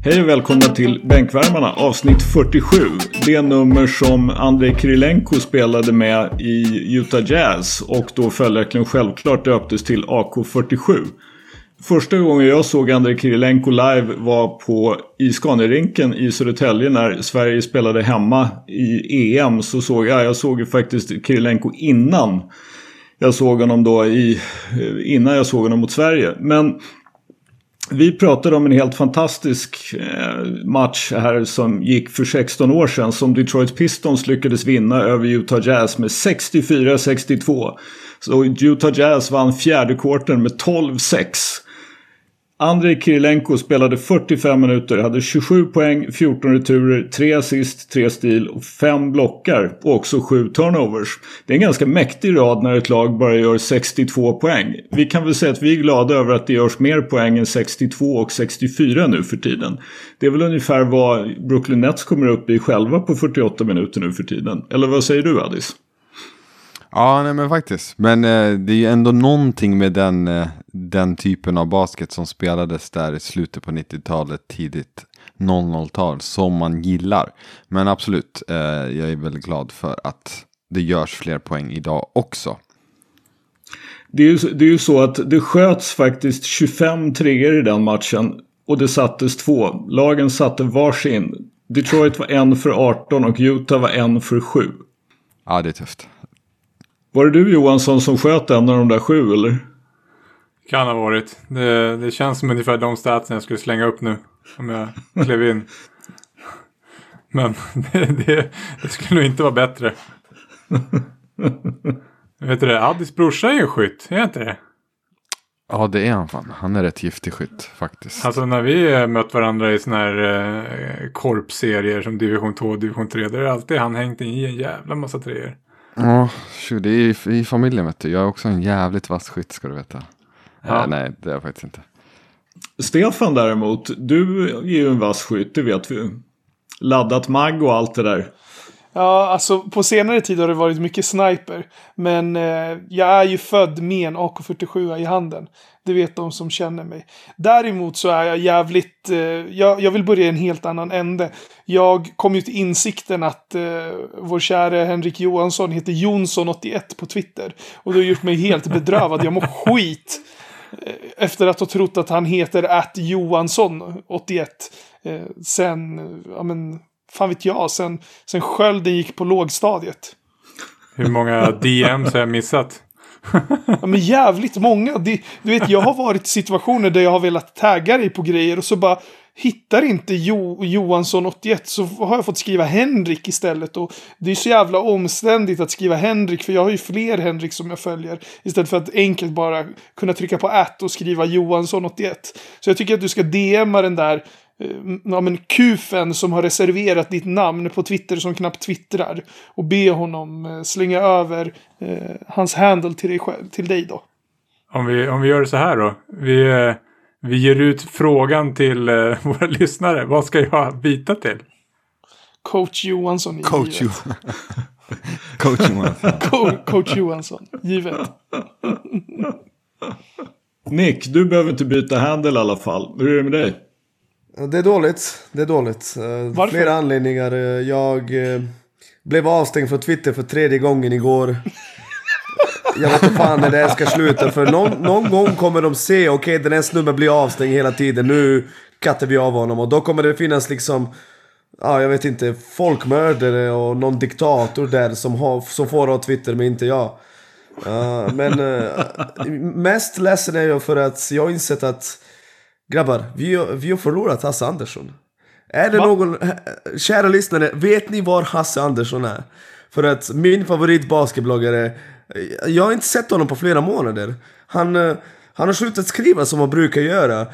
Hej och välkomna till Bänkvärmarna, avsnitt 47. Det nummer som Andrei Kirilenko spelade med i Utah Jazz och då följaktligen självklart döptes till AK47. Första gången jag såg Andrei Kirilenko live var i Scania-rinken i Södertälje när Sverige spelade hemma i EM. Så jag såg ju faktiskt Kirilenko innan jag såg honom mot Sverige. Men vi pratade om en helt fantastisk match här som gick för 16 år sedan som Detroit Pistons lyckades vinna över Utah Jazz med 64-62. Så Utah Jazz vann fjärde kvarten med 12-6. Andrei Kirilenko spelade 45 minuter, hade 27 poäng, 14 returer, 3 assist, 3 stil och 5 blockar och också 7 turnovers. Det är en ganska mäktig rad när ett lag bara gör 62 poäng. Vi kan väl säga att vi är glada över att det görs mer poäng än 62 och 64 nu för tiden. Det är väl ungefär vad Brooklyn Nets kommer upp i själva på 48 minuter nu för tiden. Eller vad säger du, Addis? Ja, nej men faktiskt. Men det är ju ändå någonting med den typen av basket som spelades där i slutet på 90-talet, tidigt 00-tal som man gillar. Men absolut, jag är väldigt glad för att det görs fler poäng idag också. Det är ju så att det sköts faktiskt 25 treor i den matchen och det sattes 2. Lagen satte varsin. Detroit var 1 för 18 och Utah var 1 för 7. Ja, det är tufft. Var det du, Johansson, som sköt en av de där 7, eller? Kan ha varit. Det känns som ungefär de statsen jag skulle slänga upp nu. Om jag klev in. Men det skulle nog inte vara bättre. Vet du det? Addis brorsa är ju skytt. Är inte det? Ja, det är han fan. Han är rätt giftig skytt faktiskt. Alltså när vi mött varandra i såna här korpserier som division 2 och division 3. Där är alltid han hängt i en jävla massa treor. Ja, det är i familjen, vet du. Jag är också en jävligt vass skytt, ska du veta. Ja. Nej, det är jag faktiskt inte. Stefan däremot, du är ju en vass skytt, det vet vi. Laddat mag och allt det där. Ja, alltså på senare tid har det varit mycket sniper. Men jag är ju född med en AK47 i handen. Det vet de som känner mig. Däremot så är jag jävligt... jag vill börja i en helt annan ände. Jag kom ju till insikten att vår kära Henrik Johansson heter Jonsson81 på Twitter. Och det har gjort mig helt bedrövad. Jag mår skit efter att ha trott att han heter @Johansson81. Sen, ja men... Fan vet jag, sen Skölden gick på lågstadiet. Hur många DMs har jag missat? Ja, men jävligt många. Du vet, jag har varit i situationer där jag har velat tagga dig på grejer och så bara hittar inte Johansson 81, så har jag fått skriva Henrik istället. Och det är så jävla omständigt att skriva Henrik, för jag har ju fler Henrik som jag följer, istället för att enkelt bara kunna trycka på @ och skriva Johansson 81. Så jag tycker att du ska DMa den där kufen som har reserverat ditt namn på Twitter som knappt twittrar och be honom slänga över hans handle till dig då. Om vi gör det så här då. Vi ger ut frågan till våra lyssnare. Vad ska jag byta till? Coach Johansson i Coach livet. Coach Johansson. Coach Johansson, givet. Nick, du behöver inte byta handle i alla fall. Hur är det med dig? Det är dåligt. Varför? Flera anledningar. Jag blev avstängd från Twitter för 3:e gången igår. Jag vet inte fan när det ska sluta. För någon gång kommer de se, okej, den här snubben blir avstängd hela tiden. Nu kattar vi av honom. Och då kommer det finnas liksom, jag vet inte, folkmördare och någon diktator där som får av Twitter, men inte jag. Men mest ledsen är jag för att jag har insett att grabbar, vi har förlorat Hasse Andersson. Är det någon, kära lyssnare, vet ni var Hasse Andersson är? För att min favorit basketbloggare, jag har inte sett honom på flera månader. Han har slutat skriva som han brukar göra.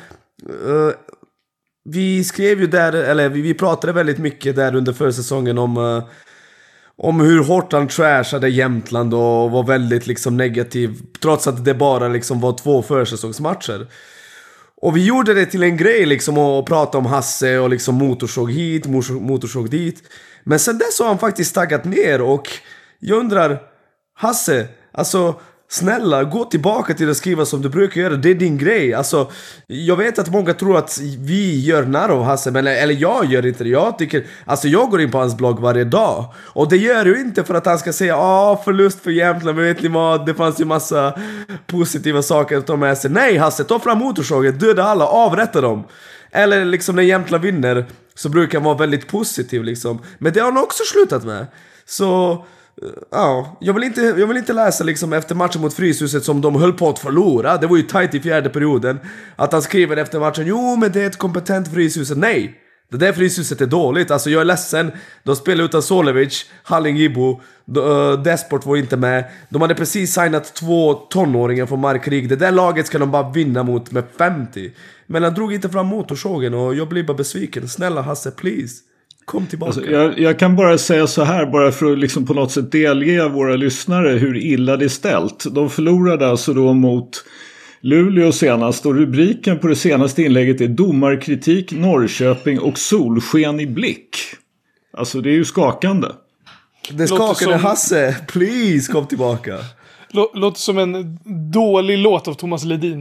Vi skrev ju där, eller vi pratade väldigt mycket där under försäsongen om hur hårt han trashade Jämtland och var väldigt liksom negativ, trots att det bara liksom var 2 försäsongsmatcher. Och vi gjorde det till en grej liksom att prata om Hasse och liksom motorsåg hit, motorsåg dit. Men sen dess har han faktiskt taggat ner och jag undrar, Hasse, alltså snälla, gå tillbaka till att skriva som du brukar göra. Det är din grej. Alltså, jag vet att många tror att vi gör narr av Hasse, men eller jag gör inte det. Jag tycker, alltså jag går in på hans blogg varje dag. Och det gör ju inte för att han ska säga förlust för Jämtland, men vet ni vad? Det fanns ju massa positiva saker att ta med sig. Nej Hasse, ta fram motorsågen, döda alla, avrätta dem. Eller liksom när Jämtland vinner så brukar han vara väldigt positiv liksom. Men det har han också slutat med. Så ja, jag vill inte läsa liksom efter matchen mot Fryshuset som de höll på att förlora. Det var ju tight i fjärde perioden. Att han skriver efter matchen, jo men det är ett kompetent Fryshuset. Nej, det där Fryshuset är dåligt. Alltså jag är ledsen. De spelar utan Solevic, Halling-Ibo, Desport var inte med. De hade precis signat 2 tonåringar från Markrig. Det där laget ska de bara vinna mot med 50. Men han drog inte fram motorsågen och jag blir bara besviken. Snälla Hasse, please. Kom tillbaka. Alltså, jag kan bara säga så här, bara för att liksom på något sätt delge våra lyssnare hur illa det är ställt. De förlorade alltså då mot Luleå senast, och rubriken på det senaste inlägget är domarkritik, Norrköping och solsken i blick. Alltså det är ju skakande. Det skakade Hasse, please kom tillbaka. Låter som en dålig låt av Thomas Ledin.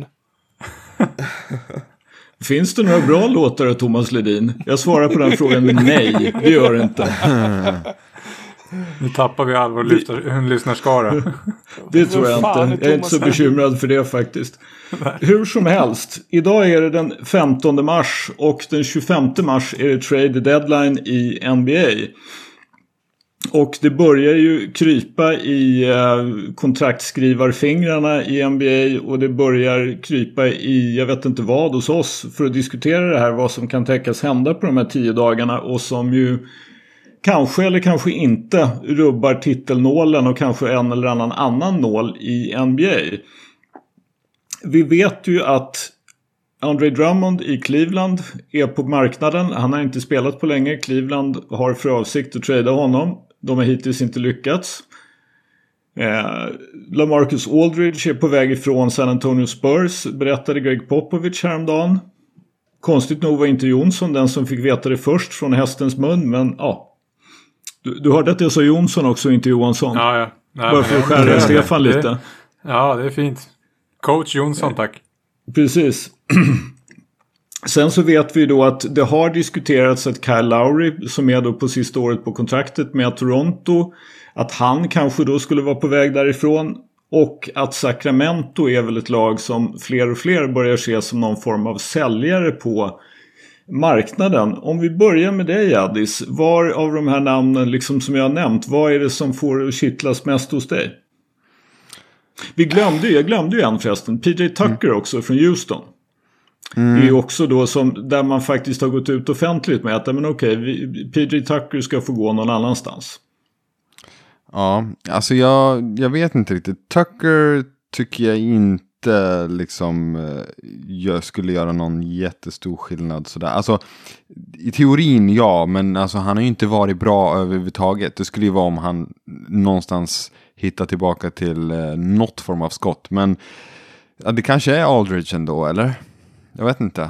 Finns det några bra låtar av Thomas Ledin? Jag svarar på den frågan med nej, det gör det inte. Nu tappar vi all vår lyssnarskara. Det tror jag inte. Jag är inte så bekymrad för det faktiskt. Hur som helst, idag är det den 15 mars och den 25 mars är det trade deadline i NBA. Och det börjar ju krypa i kontraktskrivarfingrarna i NBA, och det börjar krypa i jag vet inte vad hos oss för att diskutera det här, vad som kan tänkas hända på de här 10 dagarna och som ju kanske eller kanske inte rubbar titelnålen och kanske en eller annan nål i NBA. Vi vet ju att Andre Drummond i Cleveland är på marknaden. Han har inte spelat på länge. Cleveland har för avsikt att trada honom. De har hittills inte lyckats. LaMarcus Aldridge är på väg ifrån San Antonio Spurs, berättade Greg Popovich häromdagen. Konstigt nog var inte Jonsson den som fick veta det först från hästens mun, men ja. Du hörde att jag sa Jonsson också, inte Johansson. Ja. Nej, bara för att skära Stefan lite. Ja, det är fint. Coach Jonsson, tack. Precis. Sen så vet vi då att det har diskuterats att Kyle Lowry, som är då på sista året på kontraktet med Toronto, att han kanske då skulle vara på väg därifrån, och att Sacramento är väl ett lag som fler och fler börjar se som någon form av säljare på marknaden. Om vi börjar med dig, Addis, var av de här namnen liksom som jag har nämnt, vad är det som får kittlas mest hos dig? Jag glömde ju en förresten, PJ Tucker också från Houston. Det är ju också då som, där man faktiskt har gått ut offentligt med att men okej, PJ Tucker ska få gå någon annanstans. Ja, alltså jag vet inte riktigt. Tucker tycker jag inte liksom jag skulle göra någon jättestor skillnad sådär. Alltså i teorin ja, men alltså han har ju inte varit bra överhuvudtaget. Det skulle ju vara om han någonstans hittar tillbaka till något form av skott. Men ja, det kanske är Aldridge ändå, eller? Jag vet inte.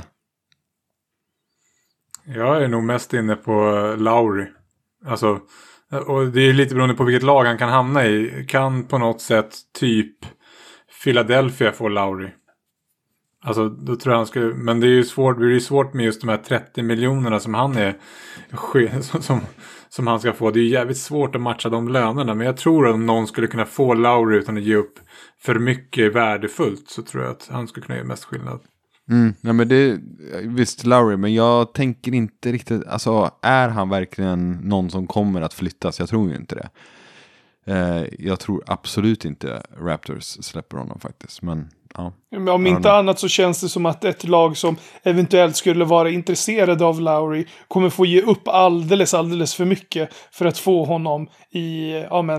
Jag är nog mest inne på Lowry. Alltså, och det är lite beroende på vilket lag han kan hamna i. Kan på något sätt typ Philadelphia få Lowry. Alltså då tror jag han skulle. Men det är ju svårt, det är svårt med just de här 30 miljonerna som han är som han ska få. Det är ju jävligt svårt att matcha de lönerna. Men jag tror att om någon skulle kunna få Lowry utan att ge upp för mycket värdefullt, så tror jag att han skulle kunna göra mest skillnad. Nej, men det visst Lowry, men jag tänker inte riktigt, alltså är han verkligen någon som kommer att flyttas? Jag tror ju inte det. Jag tror absolut inte Raptors släpper honom faktiskt, men ja. Men om inte annat så känns det som att ett lag som eventuellt skulle vara intresserade av Lowry kommer få ge upp alldeles för mycket för att få honom i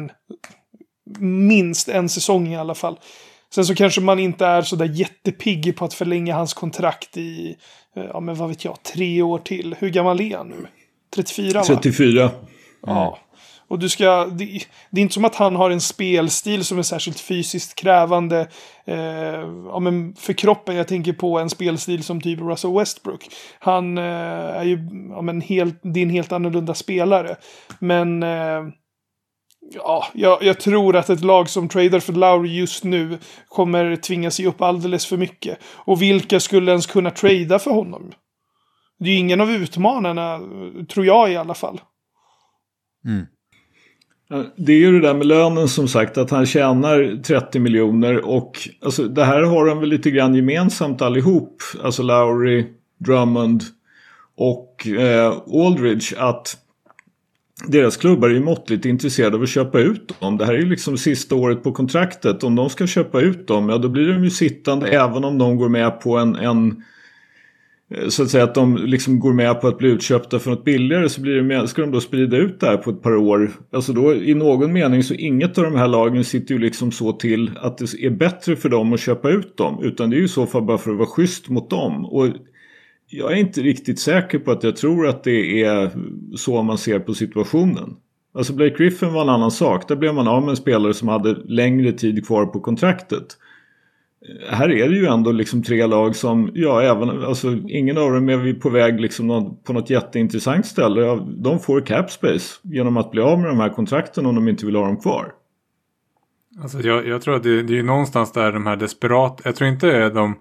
minst en säsong i alla fall. Sen så kanske man inte är så där jättepigg på att förlänga hans kontrakt i, vad vet jag, 3 år till. Hur gammal är han nu? 34 va? 34. Ja. Och det är inte som att han har en spelstil som är särskilt fysiskt krävande för kroppen. Jag tänker på en spelstil som typ Russell Westbrook. Han är ju det är en helt annorlunda spelare. Men Ja, jag tror att ett lag som tradar för Lowry just nu kommer tvingas ge upp alldeles för mycket. Och vilka skulle ens kunna trada för honom? Det är ju ingen av utmanarna, tror jag i alla fall. Mm. Det är ju det där med lönen som sagt, att han tjänar 30 miljoner och alltså, det här har de väl lite grann gemensamt allihop. Alltså Lowry, Drummond och Aldridge, att deras klubbar är ju måttligt intresserade av att köpa ut dem. Det här är ju liksom sista året på kontraktet. Om de ska köpa ut dem, ja då blir de ju sittande även om de går med på en så att säga att de liksom går med på att bli utköpta för något billigare, så blir det med, ska de då sprida ut det här på ett par år. Alltså då i någon mening så inget av de här lagen sitter ju liksom så till att det är bättre för dem att köpa ut dem, utan det är ju i så fall bara för att vara schysst mot dem. Och jag är inte riktigt säker på att jag tror att det är så man ser på situationen. Alltså Blake Griffin var en annan sak. Där blev man av med en spelare som hade längre tid kvar på kontraktet. Här är det ju ändå liksom 3 lag som, ja även, alltså ingen av dem är på väg liksom på något jätteintressant ställe. Ja, de får cap space genom att bli av med de här kontrakten om de inte vill ha dem kvar. Alltså jag tror att det är ju någonstans där de här desperat, jag tror inte det är de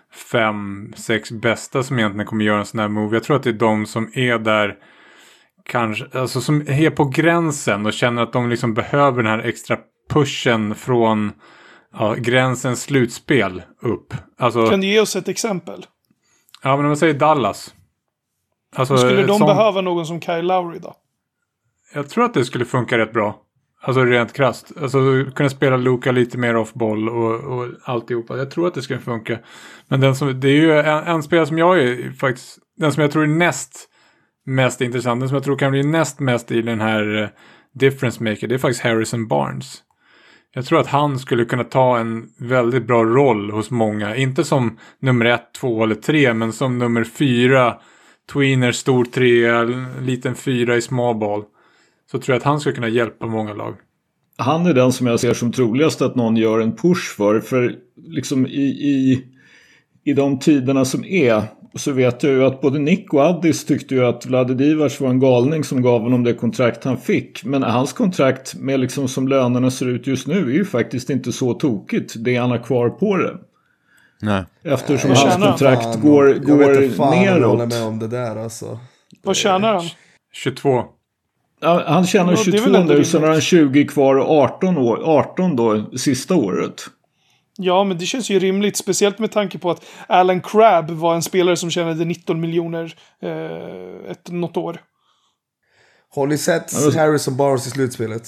5-6 bästa som egentligen kommer göra en sån här move. Jag tror att det är de som är där kanske, alltså som är på gränsen och känner att de liksom behöver den här extra pushen från gränsens slutspel upp. Alltså, kan du ge oss ett exempel? Ja, men om man säger Dallas. Alltså, skulle de behöva någon som Kyle Lowry då? Jag tror att det skulle funka rätt bra. Alltså rent krasst. Alltså kunna spela Luka lite mer off-boll och alltihopa. Jag tror att det skulle funka. Men det är ju en spelare som jag är faktiskt, den som jag tror är näst mest intressant, den som jag tror kan bli näst mest i den här difference maker, det är faktiskt Harrison Barnes. Jag tror att han skulle kunna ta en väldigt bra roll hos många. Inte som nummer 1, 2 eller 3, men som nummer 4, tweener, stor 3, liten 4 i small ball. Så tror jag att han ska kunna hjälpa många lag. Han är den som jag ser som troligast att någon gör en push för liksom i de tiderna som är, så vet jag ju att både Nick och Addis tyckte ju att Vlade Divac var en galning som gav honom det kontrakt han fick. Men hans kontrakt med liksom som lönerna ser ut just nu är ju faktiskt inte så tokigt. Det han har kvar på det. Nej. Eftersom hans kontrakt går neråt. Jag håller med om det där alltså. Vad tjänar han? 22. Ja, han tjänar 22 nu, sen har han 20 kvar och 18 då sista året. Ja, men det känns ju rimligt. Speciellt med tanke på att Alan Crabb var en spelare som tjänade 19 miljoner något år. Har ni sett Harrison Barnes i slutspelet?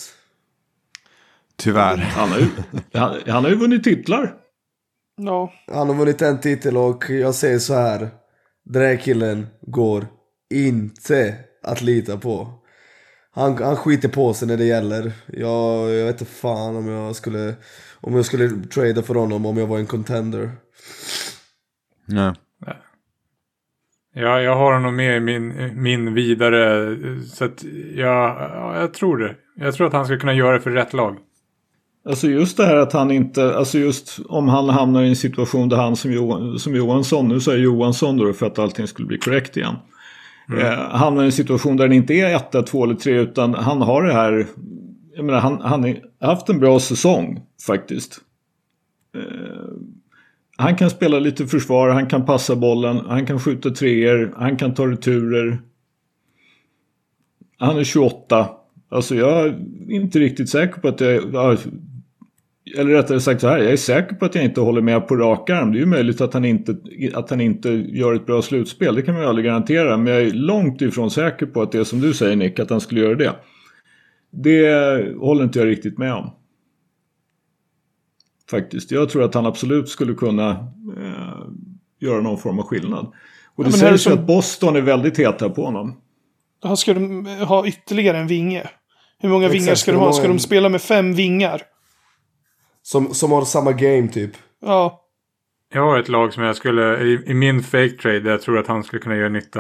Tyvärr. Han har ju vunnit titlar. Ja. Han har vunnit en titel och jag säger så här. Den här killen går inte att lita på. Han skiter på sig när det gäller. Jag vet inte fan om jag skulle trada för honom om jag var en contender. Nej. Ja, jag har honom med i min vidare, så att jag tror det. Jag tror att han ska kunna göra det för rätt lag. Alltså just det här att han inte, alltså just om han hamnar i en situation där han som Johansson, nu säger Johansson då för att allting skulle bli korrekt igen. Hamnar i en situation där han inte är 1, 2 eller 3 utan han har det här, jag menar han har haft en bra säsong faktiskt. Han kan spela lite försvar, han kan passa bollen, han kan skjuta treor, han kan ta returer. Han är 28. Alltså jag är inte riktigt säker på att eller rättare sagt så här, jag är säker på att jag inte håller med på rak arm. Det är ju möjligt att han inte gör ett bra slutspel. Det kan man ju aldrig garantera. Men jag är långt ifrån säker på att det är som du säger Nick, att han skulle göra det. Det håller inte jag riktigt med om. Faktiskt. Jag tror att han absolut skulle kunna göra någon form av skillnad. Och det sägs ju att Boston är väldigt heta på honom. Ska de ha ytterligare en vinge? Hur många vingar ska de ha? Ska de spela med 5 vingar? Som har samma game typ. Ja. Jag har ett lag som jag skulle, i min fake trade, där jag tror att han skulle kunna göra nytta.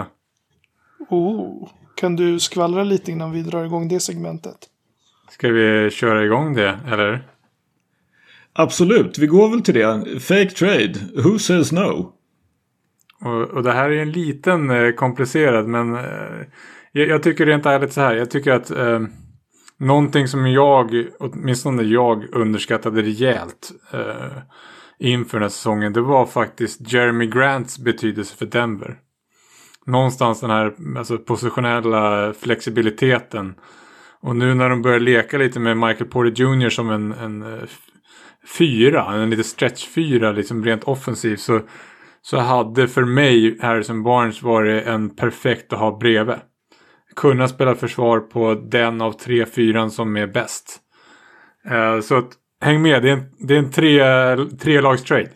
Kan du skvallra lite innan vi drar igång det segmentet? Ska vi köra igång det, eller? Absolut, vi går väl till det. Fake trade, who says no? Och det här är en liten komplicerad, men jag tycker rent ärligt så här. Jag tycker att någonting som åtminstone jag underskattade rejält inför den här säsongen, det var faktiskt Jeremy Grants betydelse för Denver. Någonstans den här alltså, positionella flexibiliteten. Och nu när de börjar leka lite med Michael Porter Jr. som en fyra, en lite stretch-fyra liksom rent offensivt, så hade för mig Harrison Barnes varit en perfekt att ha bredvid. Kunna spela försvar på den av 3-4 som är bäst. Så att, häng med, det är en tre lags trade.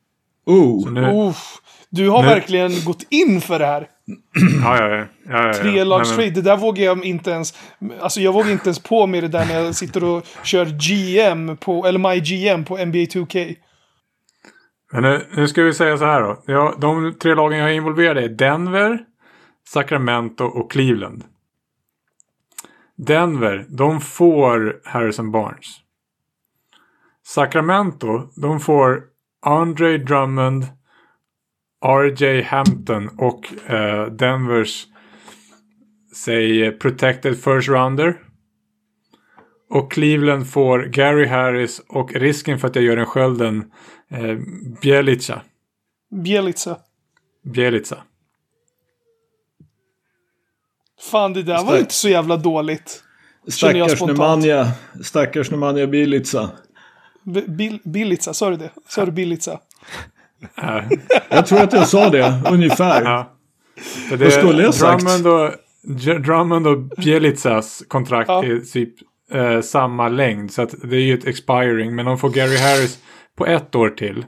Du har verkligen gått in för det här. Ja. 3 lags trade, det där vågar jag inte ens. Alltså jag vågar inte ens på med det där när jag sitter och kör GM eller MyGM på NBA 2K. Men nu ska vi säga så här då. De 3 lagen jag är involverad i är Denver, Sacramento och Cleveland. Denver, de får Harrison Barnes. Sacramento, de får Andre Drummond, RJ Hampton och Denvers protected first rounder. Och Cleveland får Gary Harris och risken för att jag gör en skölden Bjelica. Fan, det där var inte så jävla dåligt. Stackars Nemanja Bjelica. Bjelica, sa du det? Sa du Bjelica? Jag tror att jag sa det, ungefär. Ja. Vad skulle jag sagt? Drummond och Bjelicas kontrakt är typ samma längd. Så att det är ju ett expiring. Men de får Gary Harris på 1 år till.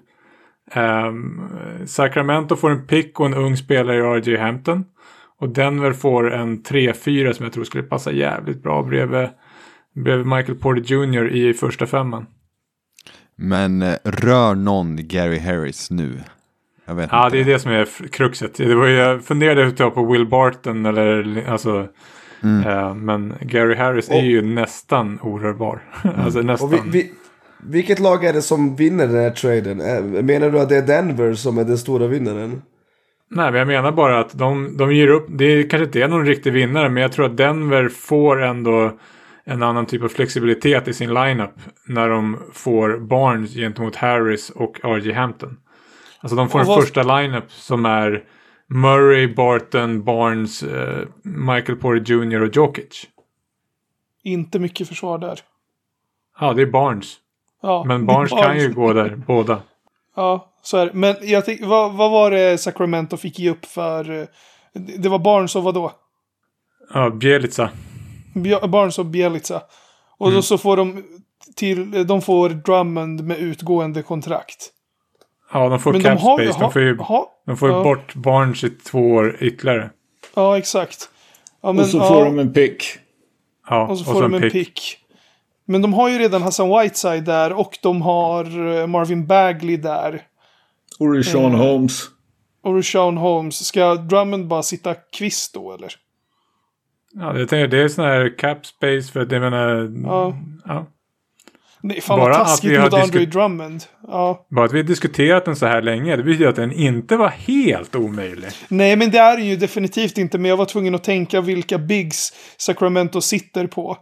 Sacramento får en pick och en ung spelare i RJ Hampton. Och Denver får en 3-4 som jag tror skulle passa jävligt bra bredvid Michael Porter Jr. i första 5:an. Men rör någon Gary Harris nu? Jag vet inte. Det är det som är kruxet. Jag funderade ut på Will Barton eller alltså men Gary Harris är ju nästan orörbar. Alltså nästan. Och vilket lag är det som vinner den här traden? Menar du att det är Denver som är den stora vinnaren? Nej, men jag menar bara att de ger upp. Det kanske inte är någon riktig vinnare, men jag tror att Denver får ändå en annan typ av flexibilitet i sin lineup när de får Barnes gentemot Harris och RJ Hampton. Alltså de får en första lineup som är Murray, Barton, Barnes, Michael Porter Jr. och Jokic. Inte mycket försvar där. Ja, det är Barnes. Ja, men Barnes kan ju gå där, båda. Ja, så är det. Men jag tänkte, vad var det Sacramento fick ge upp för? Det var Barnes och vad då? Ja, Bjelica. Barnes och Bjelica. Och då så får de får Drummond med utgående kontrakt. Ja, de får men cap space. De får bort Barnes i 2 år ytterligare. Ja, exakt. Ja, men, och så får de en pick. Ja, och så får de en pick. Men de har ju redan Hassan Whiteside där och de har Marvin Bagley där. Och Rashawn Holmes. Ska Drummond bara sitta kvist då, eller? Ja, det är sån här cap space för att jag menar... Ja. Nej, fan vad taskigt mot Andre Drummond. Ja. Bara att vi har diskuterat den så här länge, det betyder att den inte var helt omöjlig. Nej, men det är ju definitivt inte. Men jag var tvungen att tänka vilka bigs Sacramento sitter på.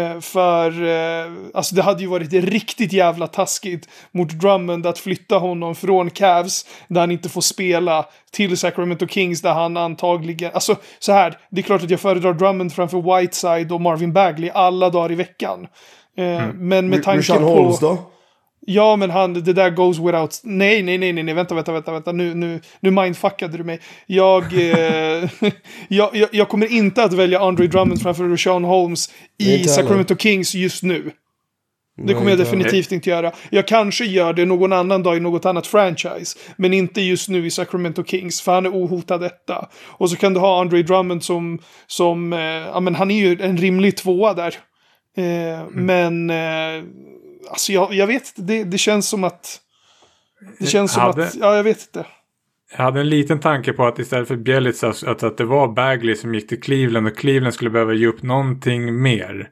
Alltså det hade ju varit riktigt jävla taskigt mot Drummond att flytta honom från Cavs, där han inte får spela, till Sacramento Kings, där han antagligen... Alltså så här, det är klart att jag föredrar Drummond framför Whiteside och Marvin Bagley alla dagar i veckan. Men med tanke på... Holmes då? Ja, men det där goes without... Nej, vänta. Nu mindfuckade du mig. Jag kommer inte att välja Andre Drummond framför Rashawn Holmes i Sacramento Kings just nu. Det kommer jag definitivt inte göra. Jag kanske gör det någon annan dag i något annat franchise, men inte just nu i Sacramento Kings, för han är ohotad detta. Och så kan du ha Andre Drummond som men han är ju en rimlig 2 där. Men alltså jag vet inte, det känns som att jag vet inte. Jag hade en liten tanke på att istället för Bjelica att det var Bagley som gick till Cleveland och Cleveland skulle behöva ge upp någonting mer.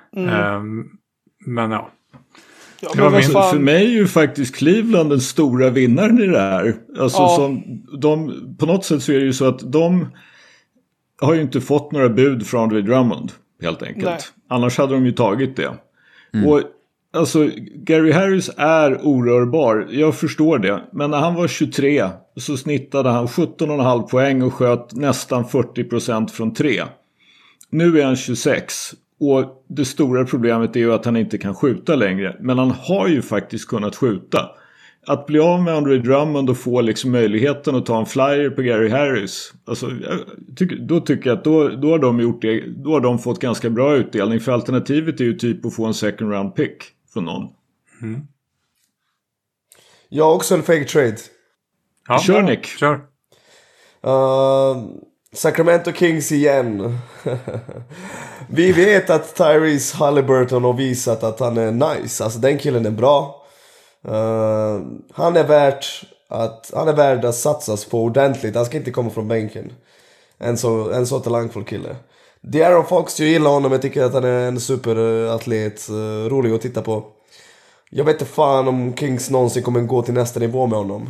Men ja. För mig är ju faktiskt Cleveland den stora vinnaren i det här. Alltså som på något sätt så är det ju så att de har ju inte fått några bud från Andre Drummond. helt enkelt. Nej. Annars hade de ju tagit det. Och alltså Gary Harris är orörbar, jag förstår det. Men när han var 23 så snittade han 17,5 poäng och sköt nästan 40% från 3. Nu är han 26 och det stora problemet är ju att han inte kan skjuta längre. Men han har ju faktiskt kunnat skjuta. Att bli av med Andre Drummond och få liksom möjligheten att ta en flyer på Gary Harris. Alltså, då tycker jag att då har de gjort det. Då har de fått ganska bra utdelning. För alternativet är ju typ att få en second round pick från någon. Jag har också en fake trade. Ja, Kör Nick. Kör. Sacramento Kings igen. Vi vet att Tyrese Halliburton har visat att han är nice. Alltså den killen är bra. Han är värd att satsas på ordentligt. Han ska inte komma från bänken. En så talangfull kille. De'Aaron Fox, jag gillar honom. Jag tycker att han är en superatlet. Rolig att titta på. Jag vet inte fan om Kings någonsin kommer gå till nästa nivå med honom.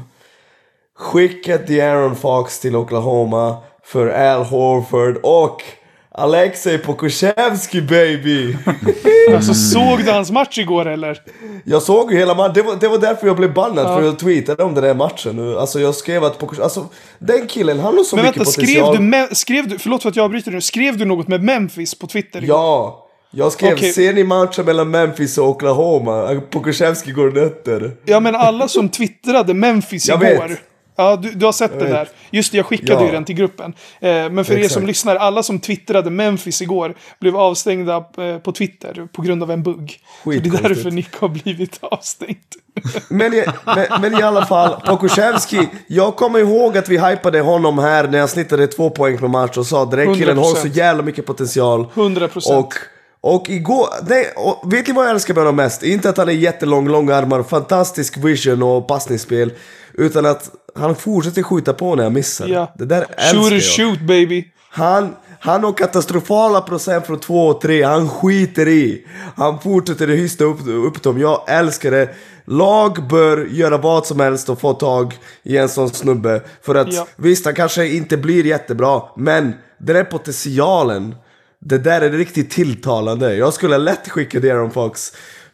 Skicka De'Aaron Fox till Oklahoma för Al Horford och Alexej Pokusevski, baby. Alltså, såg du hans match igår eller? Jag såg ju hela matchen. Det var därför jag blev bannad, för jag tweetade om den där matchen. Alltså jag skrev att alltså den killen, han har så mycket potential. Skrev du, förlåt för att jag avbryter nu, skrev du något med Memphis på Twitter igår? Ja, jag skrev, ser ni matchen mellan Memphis och Oklahoma? Pokusevski går nötter. Ja, men alla som twittrade Memphis jag igår. Vet. Ja, du har sett det där. Just det, jag skickade ju den till gruppen. Men för er som lyssnar, alla som twittrade Memphis igår blev avstängda på Twitter på grund av en bugg. Så det är därför Nick har blivit avstängd. Men i alla fall, Pokusevski, jag kommer ihåg att vi hypade honom här när jag snittade 2 poäng per match och sa att den killen har så jävla mycket potential. 100%. Och igår, vet ni vad jag älskar med honom mest? Inte att han är långa armar, fantastisk vision och passningsspel, utan att han fortsätter skjuta på när jag missar. Ja. Det där älskar jag. Shoot baby. Han har katastrofala procent från 2 och 3. Han skiter i. Han fortsätter att hysta upp dem. Jag älskar det. Lag bör göra vad som helst och få tag i en sån snubbe. För att visst, han kanske inte blir jättebra, men den är potentialen. Det där är riktigt tilltalande. Jag skulle lätt skicka De'Aaron Fox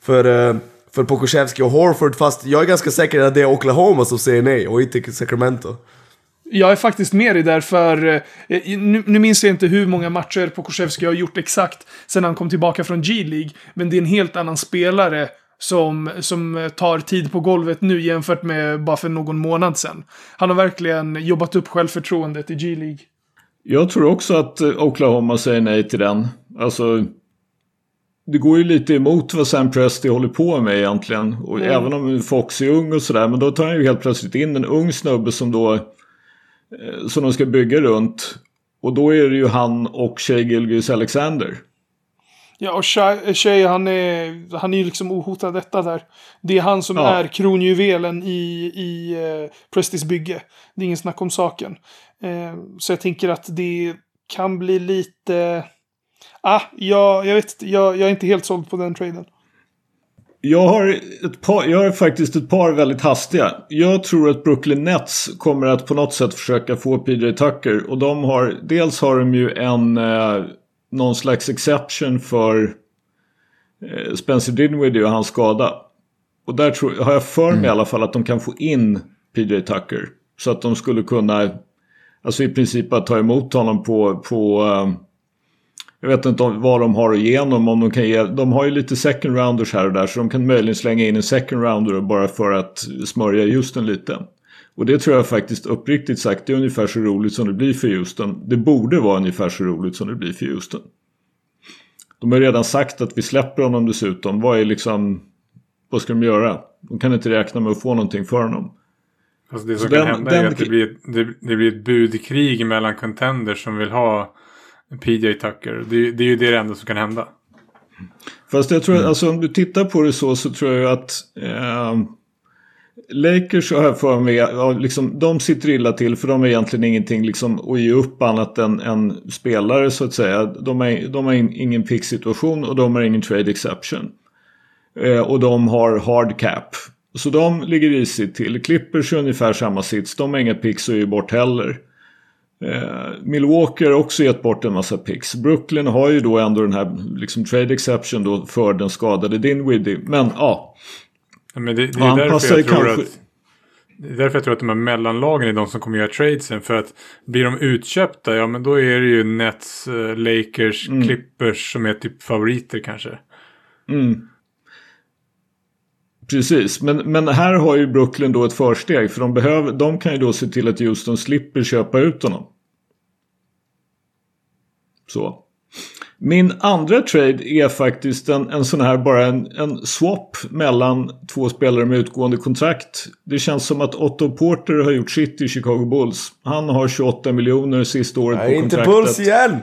för Pokusevski och Horford, fast jag är ganska säker att det är Oklahoma som säger nej och inte Sacramento. Jag är faktiskt med i där, för nu minns jag inte hur många matcher Pokusevski har gjort exakt sen han kom tillbaka från G-League, men det är en helt annan spelare som tar tid på golvet nu jämfört med bara för någon månad sedan. Han har verkligen jobbat upp självförtroendet i G-League. Jag tror också att Oklahoma säger nej till den. Alltså, det går ju lite emot vad Sam Presti håller på med egentligen. Och även om Fox är ung och sådär, men då tar han ju helt plötsligt in en ung snubbe som de ska bygga runt. Och då är det ju han och Shai Gilgeous-Alexander. Ja, och Shai han är ju liksom ohotad detta där. Det är han som är kronjuvelen i Prestis bygge. Det är ingen snack om saken. Så jag tänker att det kan bli lite... jag vet, jag är inte helt såld på den traden. Jag har faktiskt ett par väldigt hastiga. Jag tror att Brooklyn Nets kommer att på något sätt försöka få PJ Tucker. Och dels har de ju någon slags exception för Spencer Dinwiddie och hans skada. Och där har jag för mig i alla fall att de kan få in PJ Tucker. Så att de skulle kunna, alltså i princip att ta emot honom på jag vet inte vad de har igenom, om de kan de har ju lite second rounders här och där, så de kan möjligen slänga in en second rounder bara för att smörja Houston lite. Och det tror jag faktiskt uppriktigt sagt är ungefär så roligt som det blir för Houston. Det borde vara ungefär så roligt som det blir för Houston. De har redan sagt att vi släpper honom dessutom. Vad ska de göra? De kan inte räkna med att få någonting för honom. Alltså det som kan hända är att det blir ett budkrig mellan contenders som vill ha PJ Tucker. Det är ju det enda som kan hända. Fast jag tror alltså, om du tittar på det så tror jag att Lakers har för mig, de sitter illa till, för de har egentligen ingenting att ge upp annat än spelare så att säga. De har ingen pick-situation och de har ingen trade exception. Och de har hard cap. Så de ligger risigt till. Clippers är ungefär samma sits. De har inga picks och är bort heller. Milwaukee har också gett bort en massa picks. Brooklyn har ju då ändå den här liksom trade exception då för den skadade Dinwiddie. Men ja. Men det är därför jag tror att... Det är därför jag tror att de här mellanlagen är de som kommer göra tradesen. För att blir de utköpta, ja men då är det ju Nets, Lakers, Clippers som är typ favoriter kanske. Mm. Precis, men här har ju Brooklyn då ett försteg. För de kan ju då se till att Houston slipper köpa ut honom. Så. Min andra trade är faktiskt en sån här bara en swap mellan två spelare med utgående kontrakt. Det känns som att Otto Porter har gjort sitt i Chicago Bulls. Han har 28 miljoner sista året på kontraktet. Inte Bulls igen!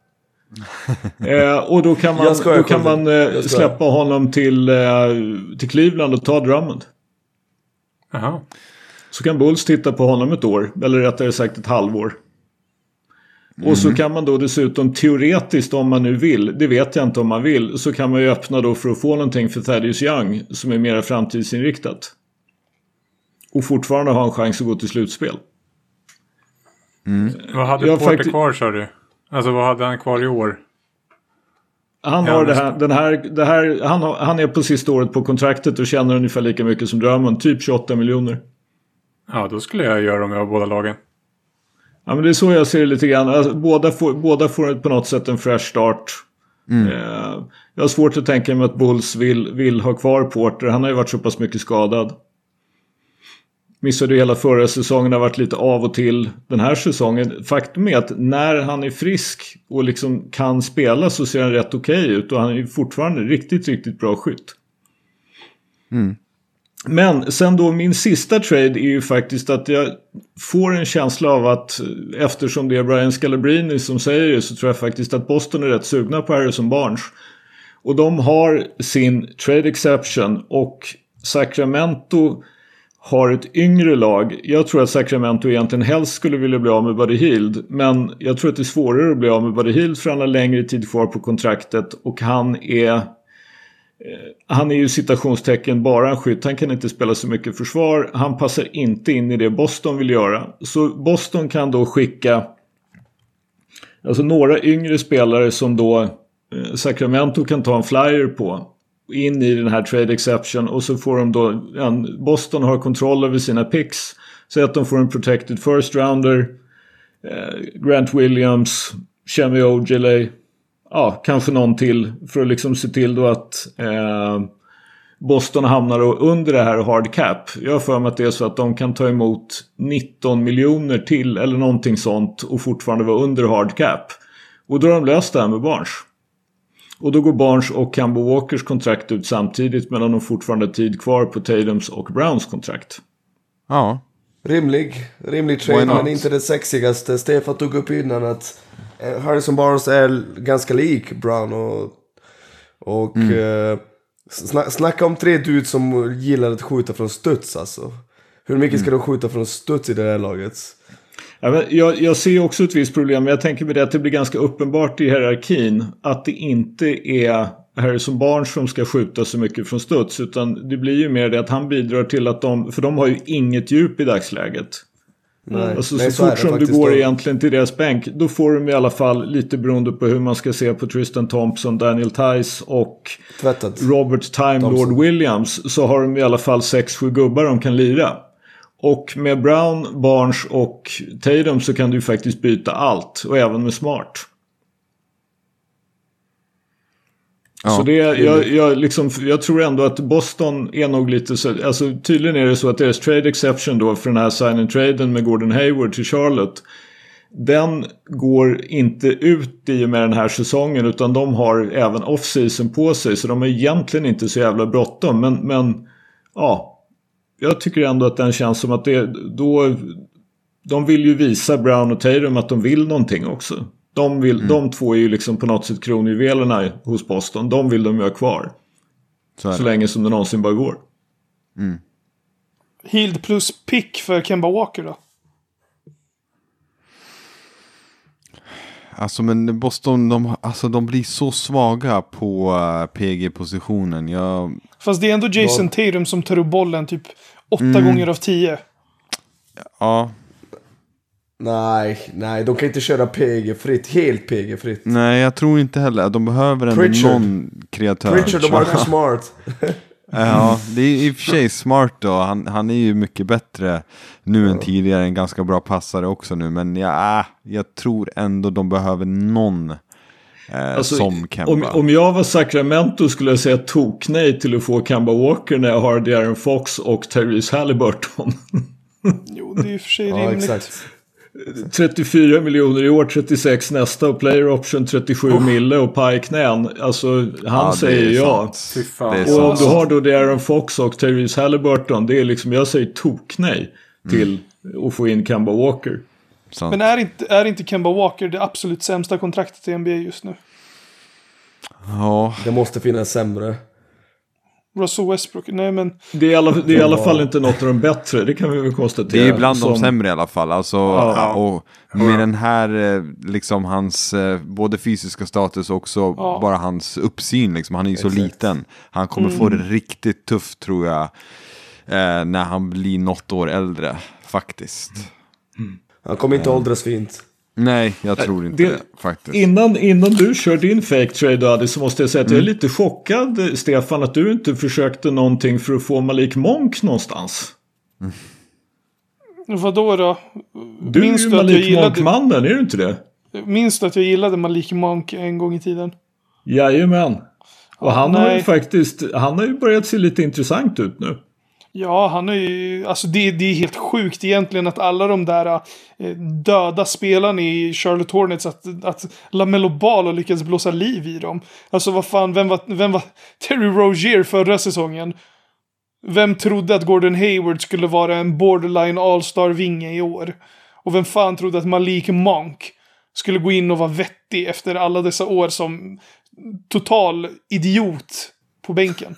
Och då kan man släppa honom till Cleveland och ta Drummond. Aha. Så kan Bulls titta på honom ett år, eller rättare sagt ett halvår. Och så kan man då dessutom teoretiskt, om man nu vill, det vet jag inte om man vill, så kan man ju öppna då för att få någonting för Thaddeus Young som är mer framtidsinriktat. Och fortfarande ha en chans att gå till slutspel. Vad hade Porter kvar, sa du? Alltså vad hade han kvar i år? Han har han är på sista året på kontraktet och tjänar ungefär lika mycket som Drummond, typ 28 miljoner. Ja, då skulle jag göra om jag har båda lagen. Ja, men det är så jag ser det lite grann. Alltså, båda får på något sätt en fresh start. Jag har svårt att tänka mig att Bulls vill ha kvar Porter. Han har ju varit så pass mycket skadad. Missade hela förra säsongen, har varit lite av och till den här säsongen. Faktum är att när han är frisk och liksom kan spela så ser han rätt okej ut. Och han är fortfarande riktigt, riktigt bra skytt. Men sen då min sista trade är ju faktiskt att jag får en känsla av att eftersom det är Brian Scalabrine som säger det, så tror jag faktiskt att Boston är rätt sugna på Harrison Barnes. Och de har sin trade exception och Sacramento har ett yngre lag. Jag tror att Sacramento egentligen helst skulle vilja bli av med Buddy Hield, men jag tror att det är svårare att bli av med Buddy Hield för han har längre tid kvar på kontraktet och han är ju citationstecken bara en skytt. Han kan inte spela så mycket försvar. Han passar inte in i det Boston vill göra. Så Boston kan då skicka alltså några yngre spelare som då Sacramento kan ta en flyer på in i den här trade exception, och så får de då Boston har kontroll över sina picks, så att de får en protected first rounder, Grant Williams, Chemi Ojale, kanske någon till för att liksom se till då att Boston hamnar under det här hard cap. Jag har för mig att det är så att de kan ta emot 19 miljoner till eller någonting sånt och fortfarande vara under hard cap. Och då har de löst det här med Barnes. Och då går Barnes och Kemba Walkers kontrakt ut samtidigt, medan de fortfarande har tid kvar på Tatums och Browns kontrakt. Ja. Rimlig trade, men inte det sexigaste. Stefan tog upp innan att Harrison Barnes är ganska lik Brown och snacka om tre dudes som gillar att skjuta från studs alltså. Hur mycket ska de skjuta från studs i det här laget? Jag ser också ett visst problem, men jag tänker med det att det blir ganska uppenbart i hierarkin att det inte är Harrison Barnes som ska skjuta så mycket från studs, utan det blir ju mer det att han bidrar till att för de har ju inget djup i dagsläget. Alltså, så fort som du går egentligen till deras bänk, då får de i alla fall, lite beroende på hur man ska se på Tristan Thompson, Daniel Tice och Robert Time Lord Williams, så har de i alla fall 6-7 gubbar de kan lira. Och med Brown, Barnes och Tatum så kan du faktiskt byta allt, och även med Smart. Ja, så jag tror ändå att Boston är nog lite så, alltså tydligen är det så att deras trade exception då för den här sign-and-traden med Gordon Hayward till Charlotte, den går inte ut i med den här säsongen, utan de har även off-season på sig, så de är egentligen inte så jävla bråttom, men jag tycker ändå att den känns som att de vill ju visa Brown och Tatum att de vill någonting också. De två är ju liksom på något sätt kronjuvelerna hos Boston. De vill de ju ha kvar. Så länge som det någonsin bara går. Hield plus pick för Kemba Walker då? Alltså men Boston, de blir så svaga på PG-positionen. Fast det är ändå Jason Tatum som tar upp bollen typ 8 gånger av 10. Ja. Nej, de kan inte köra PG-fritt, helt PG-fritt. Nej, jag tror inte heller. De behöver ändå någon kreatör. Pritchard och Marcus Smart. Ja, det är i och för sig smart då. Han är ju mycket bättre nu än tidigare. En ganska bra passare också nu. Men jag tror ändå de behöver någon som Kemba. Om jag var Sacramento skulle jag säga nej till att få Kemba Walker när jag har De'Aaron Fox och Tyrese Halliburton. Jo, det är i och för sig rimligt. Exakt. 34 miljoner i år, 36 nästa och player option 37 mille och pajknän. Alltså han säger ja. Och om du har då De'Aaron Fox och Tyrese Halliburton, det är liksom, jag säger nej till att få in Kemba Walker. Sant. Men är inte Kemba Walker det absolut sämsta kontraktet i NBA just nu? Ja. Det måste finnas sämre. Russell Westbrook, nej men... Det är i alla fall inte något av de bättre, det kan vi väl konstatera. Det är bland de sämre i alla fall. Alltså, och med den här, liksom hans både fysiska status och också bara hans uppsyn. Liksom, han är ju så liten. Han kommer få det riktigt tufft tror jag när han blir något år äldre, faktiskt. Han kommer inte åldras fint. Nej, jag tror inte det faktiskt. Innan du kör din fake trade, Adi, så måste jag säga att jag är lite chockad, Stefan, att du inte försökte någonting för att få Malik Monk någonstans. Vadå då? Du är ju Malik Monk-mannen, är du inte det? Minns du att jag gillade Malik Monk en gång i tiden? Jajamän. Och han har ju börjat se lite intressant ut nu. Ja, han är ju... Alltså det är helt sjukt egentligen att alla de där döda spelarna i Charlotte Hornets, att LaMelo Ball har lyckats blåsa liv i dem. Alltså vad fan, vem var Terry Rozier förra säsongen? Vem trodde att Gordon Hayward skulle vara en borderline all-star-vinge i år? Och vem fan trodde att Malik Monk skulle gå in och vara vettig efter alla dessa år som total idiot på bänken?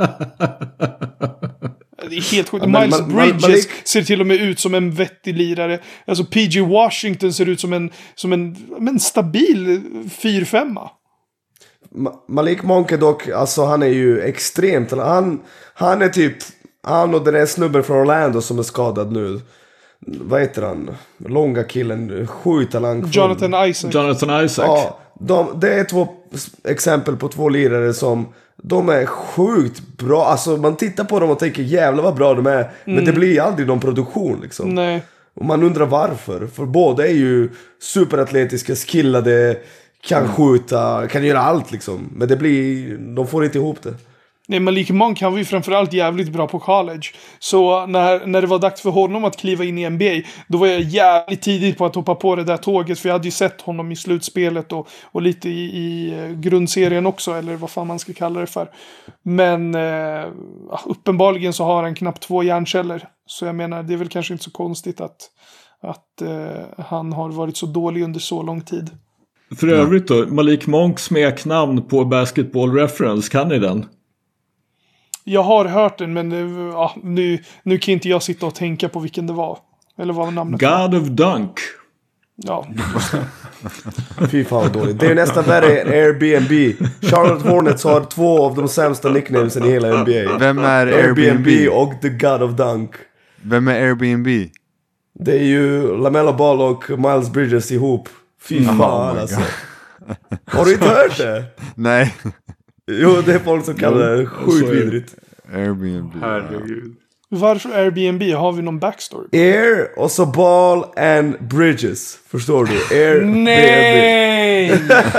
Det är helt sjukt. Miles Bridges ser till och med ut som en vettig lirare. Alltså PG Washington ser ut som en stabil 4-5. Malik Monk är dock, alltså han är ju extremt. Han är typ, han och den där snubben från Orlando som är skadad nu. Vad heter han? Långa killen, sjukt talang. Jonathan Isaac. Ja, det är två exempel på två lirare som de är sjukt bra. Alltså man tittar på dem och tänker jävlar vad bra de är. Men det blir aldrig någon produktion liksom. Nej. Och man undrar varför. För båda är ju superatletiska, skillade, kan skjuta, kan göra allt liksom. Men de får inte ihop det. Nej, Malik Monk han var ju framförallt jävligt bra på college. Så när det var dags för honom att kliva in i NBA, då var jag jävligt tidigt på att hoppa på det där tåget. För jag hade ju sett honom i slutspelet och lite i grundserien också, eller vad fan man ska kalla det för. Men uppenbarligen så har han knappt 2 hjärnceller. Så jag menar, det är väl kanske inte så konstigt att han har varit så dålig under så lång tid. För övrigt då, Malik Monks smeknamn på Basketball Reference, kan ni den? Jag har hört den, men nu kan inte jag sitta och tänka på vilken det var. Eller vad namnet var. God of Dunk. Ja. Fy fan vad dåligt. Det är nästan värre än Airbnb. Charlotte Hornets har 2 av de sämsta nicknamesen i hela NBA. Vem är Airbnb? Och The God of Dunk. Vem är Airbnb? Det är ju LaMelo Ball och Miles Bridges ihop. Fy fan alltså. Har du inte hört det? Nej. Jo, det är folk som kallar det sjukt vidrigt. Airbnb. Herregud. Varför Airbnb? Har vi någon backstory? Air och så Ball and Bridges. Förstår du? Airbnb. Nej!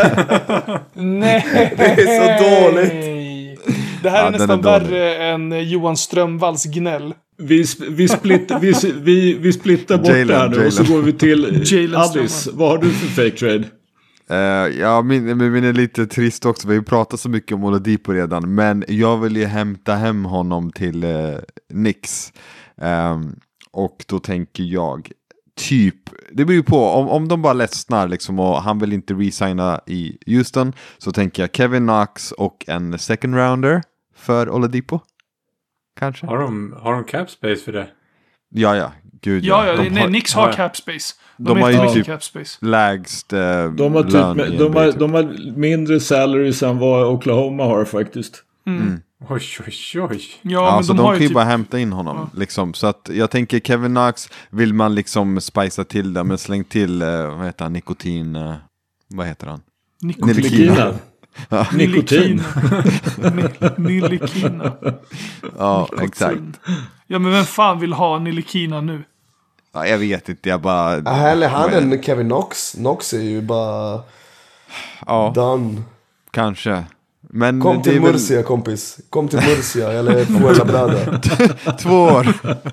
Nej! Det är så dåligt. Det här är nästan värre än Johan Strömvalls gnäll. Vi splittar bort det här nu och så går vi till Addis. Vad har du för fake trade? Ja, min är lite trist också. Vi har pratat så mycket om Oladipo redan. Men jag vill ju hämta hem honom till Knicks. Och då tänker jag typ, det beror ju på om de bara ledsnar liksom, och han vill inte resigna i Houston, så tänker jag Kevin Knox och en second rounder för Oladipo. Kanske. Har de cap space för det? Ja, gud. Ja, Knicks har cap space. De har ju typ cap space. lägst de har typ de har mindre salaries än vad Oklahoma har faktiskt. Oj. Ja, men så de de har kan ju ju typ... bara hämta in honom. Liksom. Så att jag tänker Kevin Knox vill man liksom spicea till det. Men släng till, vad heter han, nikotin... vad heter han? Nillikina. Nikotin. Nillikina. Ja, exakt. Ja, men vem fan vill ha Nillikina nu? Ja, jag vet inte, jag bara... Eller han än Kevin Knox. Knox är ju bara... Ja, done. kanske. Men Kom det till är väl Murcia, kompis. Kom till Murcia, eller Fuenlabrada. 2 år.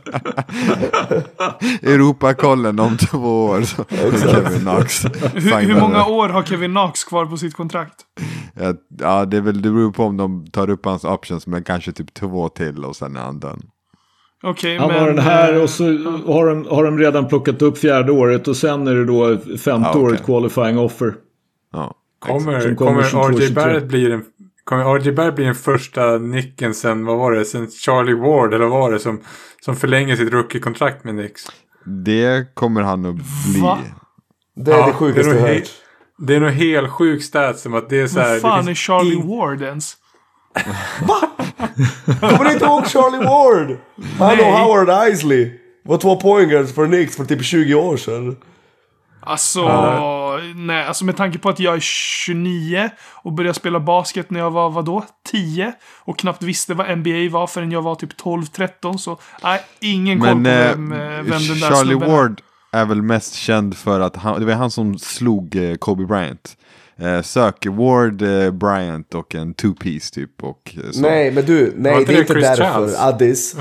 Europakollen om 2 år. Så Kevin Knox. Hur många år har Kevin Knox kvar på sitt kontrakt? Ja, det beror på om de tar upp hans options, men kanske typ 2 till och sen är han done. Okay, han har den här och så har de redan plockat upp 4:e året och sen är det då 5:e året qualifying offer. Ja. Kommer RJ Barrett bli den första nicken sen, vad var det, sen Charlie Ward eller vad var det som förlänger sitt rookie-kontrakt med Knicks? Det kommer han att bli. Va? Det är det sjukaste jag hört. Det är nog helt sjuk stat som att det är så här... Vad fan är Charlie Ward ens? Va? Kommer du inte ihåg Charlie Ward? Han och Howard Isley var 2 pointers för Knicks för typ 20 år sedan. Alltså, nej, alltså med tanke på att jag är 29 och började spela basket när jag var, vadå, 10 och knappt visste vad NBA var förrän jag var typ 12-13, så nej, ingen koll på vem den där Charlie snubben Ward är väl mest känd för att det var han som slog Kobe Bryant. Sök Ward, Bryant och en 2-piece typ och så. Nej, men det är inte Chris därför. Childs? Addis.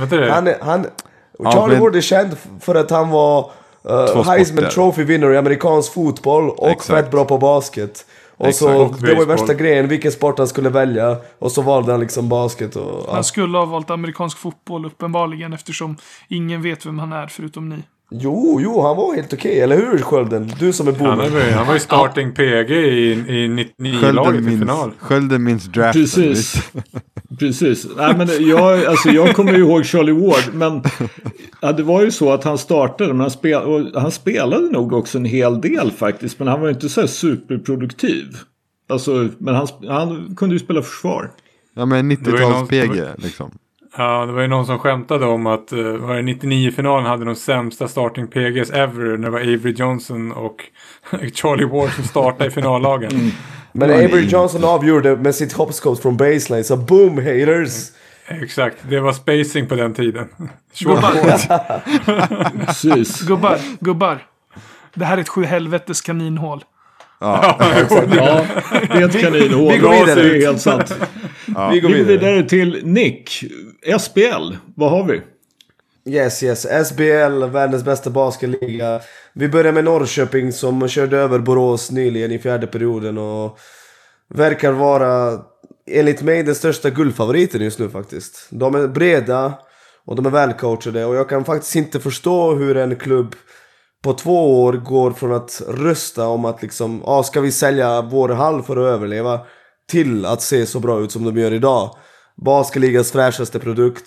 Ja, Charlie men- Ward är känd för att han var Heisman Trophy-vinnare i amerikansk fotboll och Exakt. fett bra på basket. Och Exakt. så, Och det var ju baseball. värsta grejen, vilken sport han skulle välja. Och så valde han liksom basket och... Ja. Han skulle ha valt amerikansk fotboll uppenbarligen, eftersom ingen vet vem han är förutom ni. Jo, han var helt okej, eller hur Skölden? Du som är boomer. Han var ju starting PG i 99-laget i final. Skölden minns draften. Precis. Nej, men jag kommer ju ihåg Charlie Ward, men det var ju så att han startade, men han spelade nog också en hel del faktiskt, men han var ju inte så här superproduktiv. Alltså, men han kunde ju spela försvar. Ja, men 90-tals PG liksom. Ja, det var ju någon som skämtade om att var det 99-finalen hade de sämsta starting PGs ever när det var Avery Johnson och Charlie Ward som startade i finallagen. Men Avery Johnson avgjorde med sitt hopscotch från baseline, så boom haters! Exakt, det var spacing på den tiden. Precis. Gubbar. Det här är ett 7-helvetes kaninhål. Ja, det är ett kaninhål. Vi går vidare. Det är helt sant. Vi går Vi går vidare. vidare till Nick. SBL, vad har vi? Yes. SBL, världens bästa basketliga. Vi börjar med Norrköping som körde över Borås nyligen i 4:e perioden och verkar vara, enligt mig, den största guldfavoriten just nu faktiskt. De är breda och de är välcoachade och jag kan faktiskt inte förstå hur en klubb på 2 år går från att rösta om att liksom, ska vi sälja vår hall för att överleva, till att se så bra ut som de gör idag. Basketligans fräschaste produkt.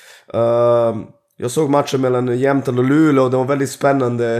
Jag såg matchen mellan Jämtland och Luleå och det var väldigt spännande.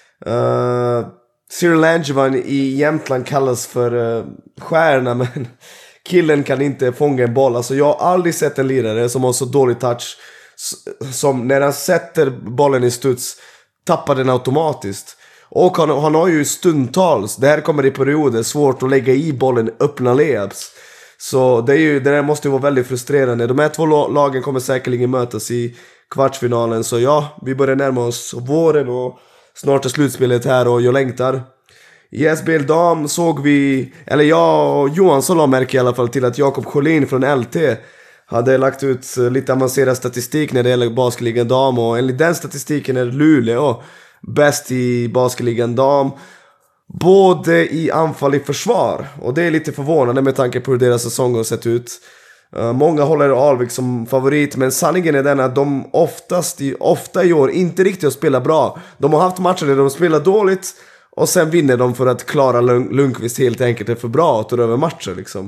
Cyril Langevin i Jämtland kallas för stjärna, men killen kan inte fånga en boll. Alltså jag har aldrig sett en lirare som har så dålig touch, som när han sätter bollen i studs tappar den automatiskt. Och han har ju stundtals, det här kommer i perioder, svårt att lägga i bollen öppna layups. Så det där måste ju vara väldigt frustrerande. De här 2 lagen kommer säkerligen mötas i kvartsfinalen. Så ja, vi börjar närma oss våren och snart är slutspelet här och jag längtar. I SBL Dam såg vi, eller jag och Johansson la märke i alla fall till att Jakob Sjölin från LT hade lagt ut lite avancerad statistik när det gäller basketligan dam, och enligt den statistiken är Luleå bäst i basketligan dam, både i anfall och i försvar, och det är lite förvånande med tanke på hur deras säsong har sett ut. Många håller Alvik som favorit, men sanningen är den att de ofta i år inte riktigt spelar bra. De har haft matcher där de spelar dåligt och sen vinner de för att Klara Lundqvist helt enkelt är för bra att ta över matcher liksom.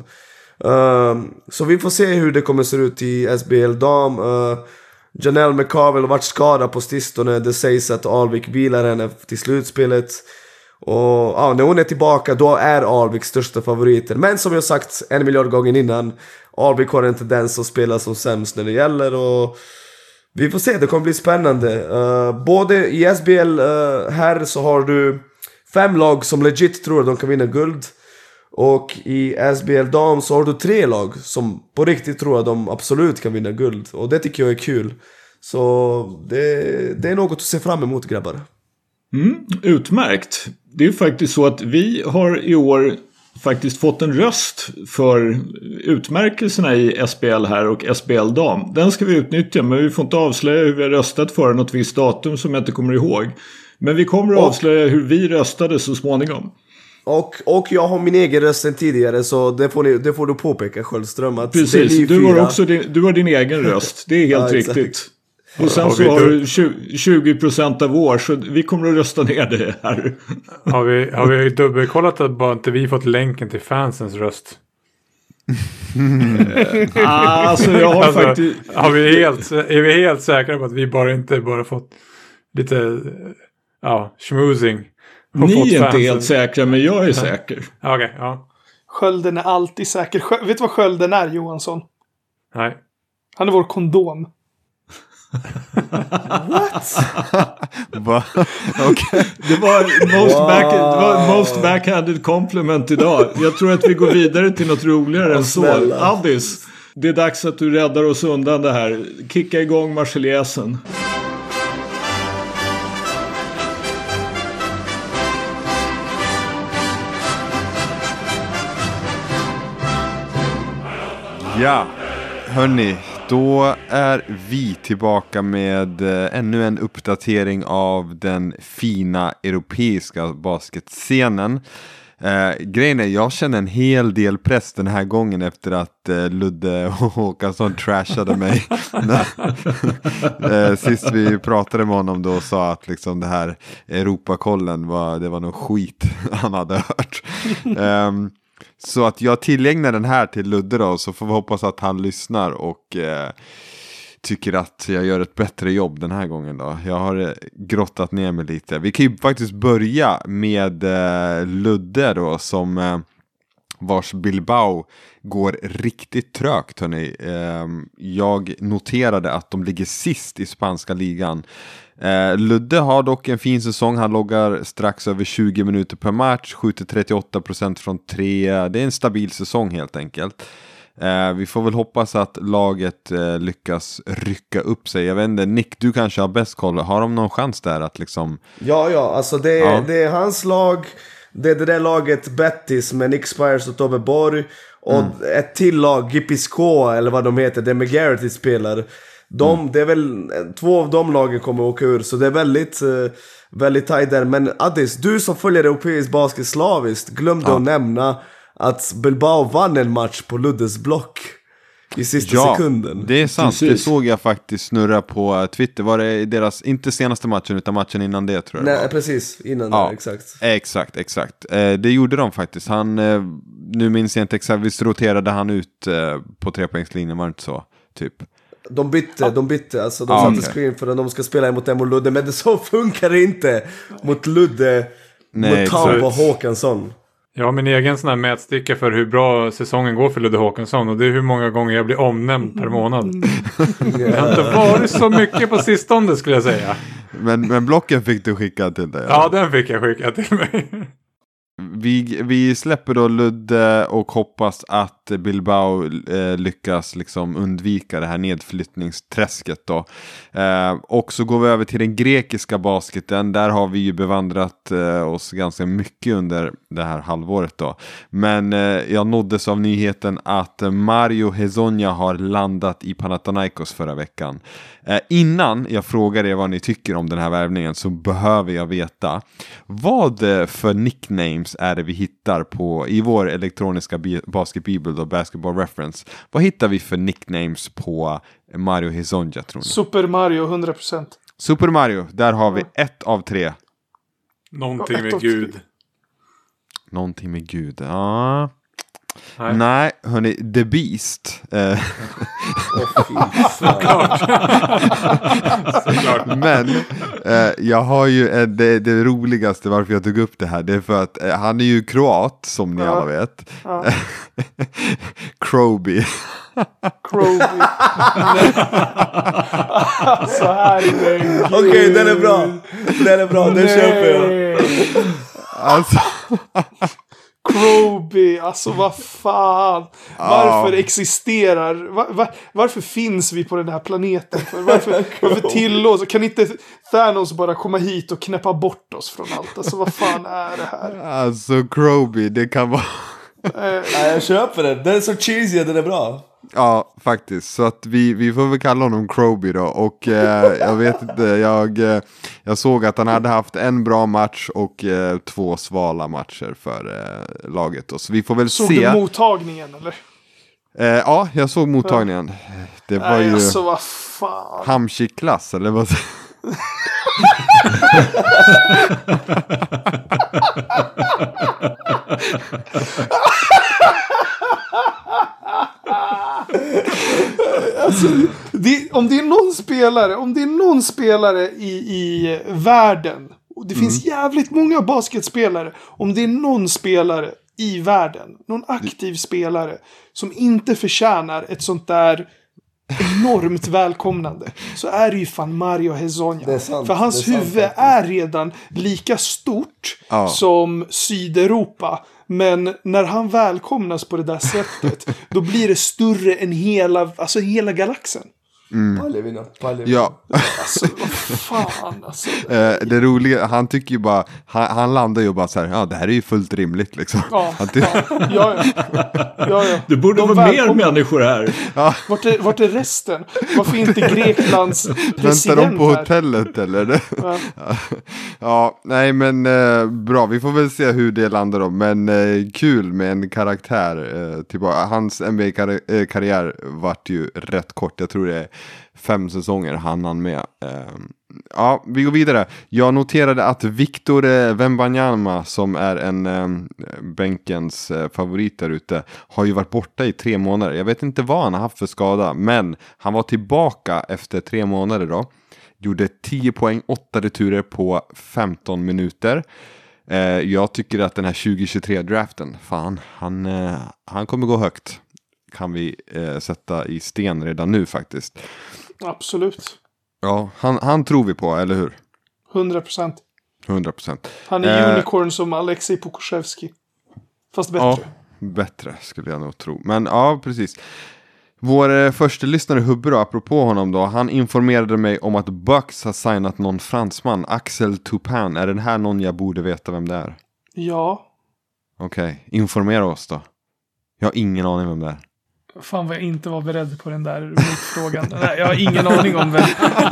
Så vi får se hur det kommer se ut i SBL dam. Janelle McCarville har varit skadad på sistone. Det sägs att Alvik vilar henne till slutspelet. Och ja, när hon är tillbaka, då är Alvik största favoriter. Men som jag sagt 1 miljard gånger innan, Alvik har en tendens att spela som sämst när det gäller. Och vi får se, det kommer bli spännande. Både i SBL här så har du 5 lag som legit tror att de kan vinna guld. Och i SBL dam så har du 3 lag som på riktigt tror att de absolut kan vinna guld. Och det tycker jag är kul. Så det är något att se fram emot, grabbar. Utmärkt. Det är faktiskt så att vi har i år faktiskt fått en röst för utmärkelserna i SBL här och SBL dam. Den ska vi utnyttja, men vi får inte avslöja hur vi har röstat för något visst datum som jag inte kommer ihåg. Men vi kommer att avslöja hur vi röstade så småningom. Och jag har min egen röst sen tidigare, så det får du påpeka, Sköldström. Att precis, du har din egen röst. Det är helt riktigt. Och sen så har du 20% av år, så vi kommer att rösta ner det här. Har vi dubbelkollat att bara inte vi fått länken till fansens röst? Alltså jag har faktiskt... Är vi helt säkra på att vi bara fått lite schmoozing? Ni är inte helt säkra, men jag är säker. Okej, ja. Skölden är alltid säker. Vet du vad skölden är, Johansson? Nej. Han är vår kondom. What? Okay. Det var most backhanded compliment idag. Jag tror att vi går vidare till något roligare än så. Addis, det är dags att du räddar oss undan det här. Kicka igång Marseljäsen. Ja, hörni, då är vi tillbaka med ännu en uppdatering av den fina europeiska basketscenen. Grejen är, jag känner en hel del press den här gången efter att Ludde Håkansson trashade mig. Sist vi pratade med honom då och sa att liksom det här Europakollen det var något skit han hade hört. Så att jag tillägnar den här till Ludde då, så får vi hoppas att han lyssnar och tycker att jag gör ett bättre jobb den här gången då. Jag har grottat ner mig lite. Vi kan ju faktiskt börja med Ludde då, som vars Bilbao går riktigt trögt, hörni. Jag noterade att de ligger sist i spanska ligan. Ludde har dock en fin säsong. Han loggar strax över 20 minuter per match, skjuter 38% från 3. Det är en stabil säsong helt enkelt. Vi får väl hoppas att laget lyckas rycka upp sig. Jag vet inte, Nick, du kanske har bäst koll. Har de någon chans där att liksom... Ja, alltså det är hans lag. Det är det där laget Betis med Nick Spires och Tobbe Borg. Och ett till lag, Gipisco eller vad de heter, det med Garrett spelar. Det är väl 2 av de lagen kommer åka ur. Så det är väldigt tajt där. Men Addis, du som följer europeisk basket slaviskt, glömde att nämna att Bilbao vann en match på Luddes block i sista sekunden. Det är sant. Precis. Det såg jag faktiskt snurra på Twitter. Var det deras, inte senaste matchen utan matchen innan det, tror jag. Nej, precis. Innan det, exakt. Det gjorde de faktiskt. Han, nu minns jag inte exakt, visst roterade han ut på 3-poängslinjen, var det inte så? Typ. De bytte, alltså de satte screen för att de ska spela mot dem och Ludde, men det så funkar det inte mot Ludde, mot Tauva Håkansson. Jag har min egen sån här mätsticka för hur bra säsongen går för Ludde Håkansson, och det är hur många gånger jag blir omnämnd per månad. Det har inte varit så mycket på sistone, skulle jag säga. Men blocken fick du skicka till dig? Ja, den fick jag skicka till mig. Vi släpper då Ludde och hoppas att Bilbao lyckas liksom undvika det här nedflyttningsträsket då. Och så går vi över till den grekiska basketen. Där har vi ju bevandrat oss ganska mycket under det här halvåret då. Men jag nåddes av nyheten att Mario Hezonja har landat i Panathinaikos förra veckan. Innan jag frågar er vad ni tycker om den här värvningen, så behöver jag veta vad för nicknames är det vi hittar i vår elektroniska basketbibel och basketball reference. Vad hittar vi för nicknames på Mario Hezonja, tror ni? Super Mario, 100%. Super Mario, där har vi 1 av 3. Någonting med Gud. Någonting med Gud, ja. Nej, hörni, The Beast. Såklart. Men jag har ju det roligaste varför jag tog upp det här. Det är för att han är ju kroat, som ni alla vet. Ja. Kroby. Så herregud. Okej, den är bra. Den köper jag. Alltså... Kroby, alltså vad fan. Varför existerar varför finns vi på den här planeten? Varför tillåts? Kan inte Thanos bara komma hit och knäppa bort oss från allt? Alltså vad fan är det här? Alltså Kroby, det kan vara... Nej, jag köper den. Den är så cheesy att den är bra. Ja, faktiskt. Så att vi får väl kalla honom Kroby då. Och jag vet inte, jag såg att han hade haft en bra match och 2 svala matcher för laget. Och så vi får väl såg se. Såg du mottagningen eller? Ja, jag såg mottagningen. Det var ju alltså, vad fan. Hamsik-klass, eller vad? Alltså, om det är någon spelare i världen, och det finns jävligt många basketspelare, om det är någon spelare i världen, någon aktiv spelare som inte förtjänar ett sånt där enormt välkomnande, så är det ju fan Mario Hezonja. För hans huvud är redan lika stort som Sydeuropa. Men när han välkomnas på det där sättet, då blir det större än hela galaxen. Pallevina. Ja. Alltså, vad fan alltså. Det roliga, han tycker ju bara, han landar ju bara så här, ja, det här är ju fullt rimligt liksom. Ja. Det borde vara mer människor här. Ja. Vart är resten? Varför inte Greklands president väntar de på här? hotellet eller? Ja, nej men bra, vi får väl se hur det landar då. Men kul med en karaktär tillbaka. Hans NBA-karriär vart ju rätt kort, jag tror det är 5 säsonger han med. Ja, vi går vidare. Jag noterade att Victor Wembanyama, som är en bänkens favorit där ute, har ju varit borta i 3 månader. Jag vet inte vad han har haft för skada, men han var tillbaka efter 3 månader då. Gjorde 10 poäng, 8 returer på 15 minuter. Jag tycker att den här 2023-draften, fan, han kommer gå högt. Kan vi sätta i sten redan nu faktiskt. Absolut. Ja, han tror vi på, eller hur? 100%. 100%. Han är unicorn som Alexej Pokusevski. Fast bättre. Ja, bättre skulle jag nog tro. Men ja, precis. Vår första lyssnare Hubbe då, apropå honom då, han informerade mig om att Bucks har signat någon fransman, Axel Toupin. Är den här någon jag borde veta vem det är? Ja. Okej, informera oss då. Jag har ingen aning vem det är. Fan vad jag inte var beredd på den där motfrågan. Nej, jag har ingen aning om vem.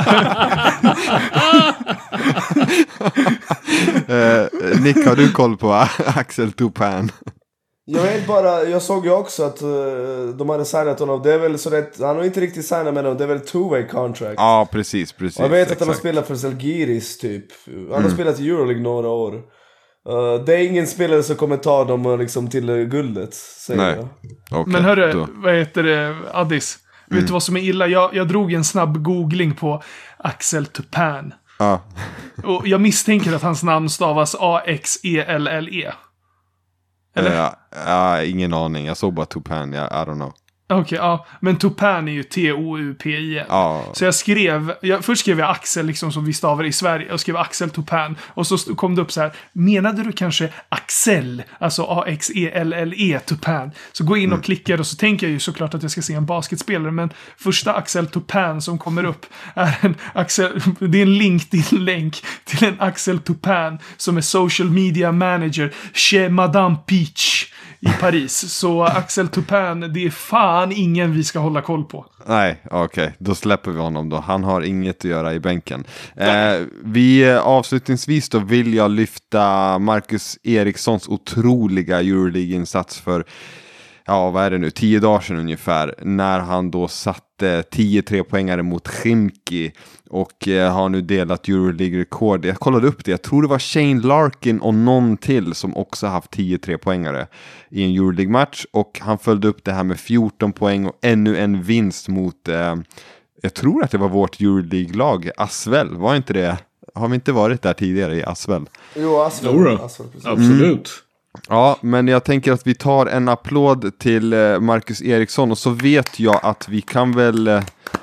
Nick, har du koll på Axel Toupin? Jag såg ju också att de hade signat honom. Det är väl så att han har inte riktigt signat med dem. Det är väl 2-way contract. Ja, precis. Jag vet att han har spelat för Zalgiris typ. Han har spelat i EuroLeague några år. Det är ingen spelare som kommer ta dem liksom till guldet, säger Nej. jag. Okay, men hörru, då. vad heter det, Addis? Vet du vad som är illa? Jag drog en snabb googling på Axel Toupin. Ja. Och jag misstänker att hans namn stavas A-X-E-L-L-E. Eller? Ja, ingen aning. Jag såg bara Toupin, I don't know. Okej, ja. Men Toupin är ju T-O-U-P-I-N. Ja. Så först skrev jag Axel liksom som vi stavar i Sverige. Jag skrev Axel Toupin. Och så kom det upp så här. Menade du kanske Axel? Alltså A-X-E-L-L-E Toupin. Så gå in och klickar och så tänker jag ju såklart att jag ska se en basketspelare. Men första Axel Toupin som kommer upp är det är en LinkedIn-länk till en Axel Toupin som är social media manager chez Madame Peach i Paris. Så Axel Toupin, det är fan ingen vi ska hålla koll på. Nej, okej. Då släpper vi honom då. Han har inget att göra i bänken. Vi avslutningsvis då vill jag lyfta Marcus Erikssons otroliga EuroLeague-insats för ja vad är det nu, 10 dagar sedan ungefär, när han då satte 10 3-poängare mot Khimki och har nu delat Euroleague-rekord. Jag kollade upp det, jag tror det var Shane Larkin och någon till som också haft 10 3-poängare i en Euroleague-match, och han följde upp det här med 14 poäng och ännu en vinst mot jag tror att det var vårt Euroleague-lag, Asvel, var inte det? Har vi inte varit där tidigare i Asvel? Jo, Asvel, absolut. Ja, men jag tänker att vi tar en applåd till Marcus Eriksson, och så vet jag att vi kan väl...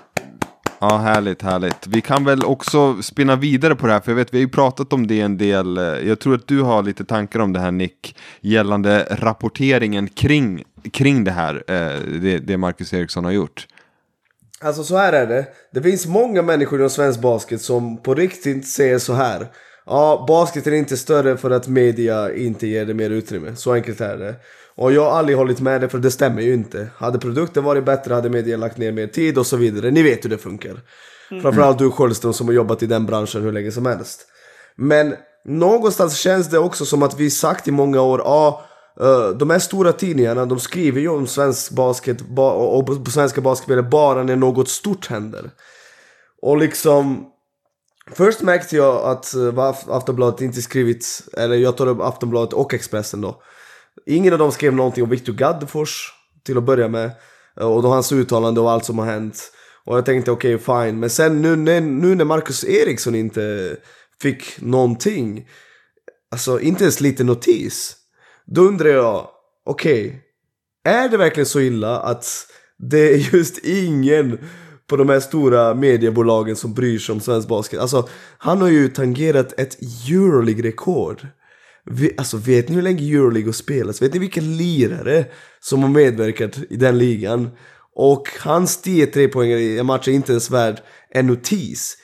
Ja, härligt. Vi kan väl också spinna vidare på det här, för jag vet, vi har ju pratat om det en del. Jag tror att du har lite tankar om det här, Nick, gällande rapporteringen kring det här, det Marcus Eriksson har gjort. Alltså så här är det. Det finns många människor inom svensk basket som på riktigt säger så här: ja, basket är inte större för att media inte ger det mer utrymme. Så enkelt är det. Och jag har aldrig hållit med det, för det stämmer ju inte. Hade produkten varit bättre hade media lagt ner mer tid och så vidare. Ni vet hur det funkar. Framförallt du, Sköldström, som har jobbat i den branschen hur länge som helst. Men någonstans känns det också som att vi sagt i många år, de här stora tidningarna, de skriver ju om svensk basket och svenska basketspelare bara när något stort händer. Och liksom, först märkte jag att Aftonbladet inte skrivit, eller jag tar upp Aftonbladet och Expressen då. Ingen av dem skrev någonting om Victor Gaddefors till att börja med, och då hans uttalande och allt som har hänt. Och jag tänkte okej, fine. Men sen nu när Marcus Eriksson inte fick någonting, alltså inte ens lite notis, då undrar jag, okej, är det verkligen så illa att det är just ingen på de här stora mediebolagen som bryr sig om svensk basket? Alltså, han har ju tangerat ett Euroleague-rekord. Alltså, vet ni hur länge Euroleague har spelats? Vet ni vilka lirare som har medverkat i den ligan? Och hans 10 3-poängare i en match är inte ens värd en notis.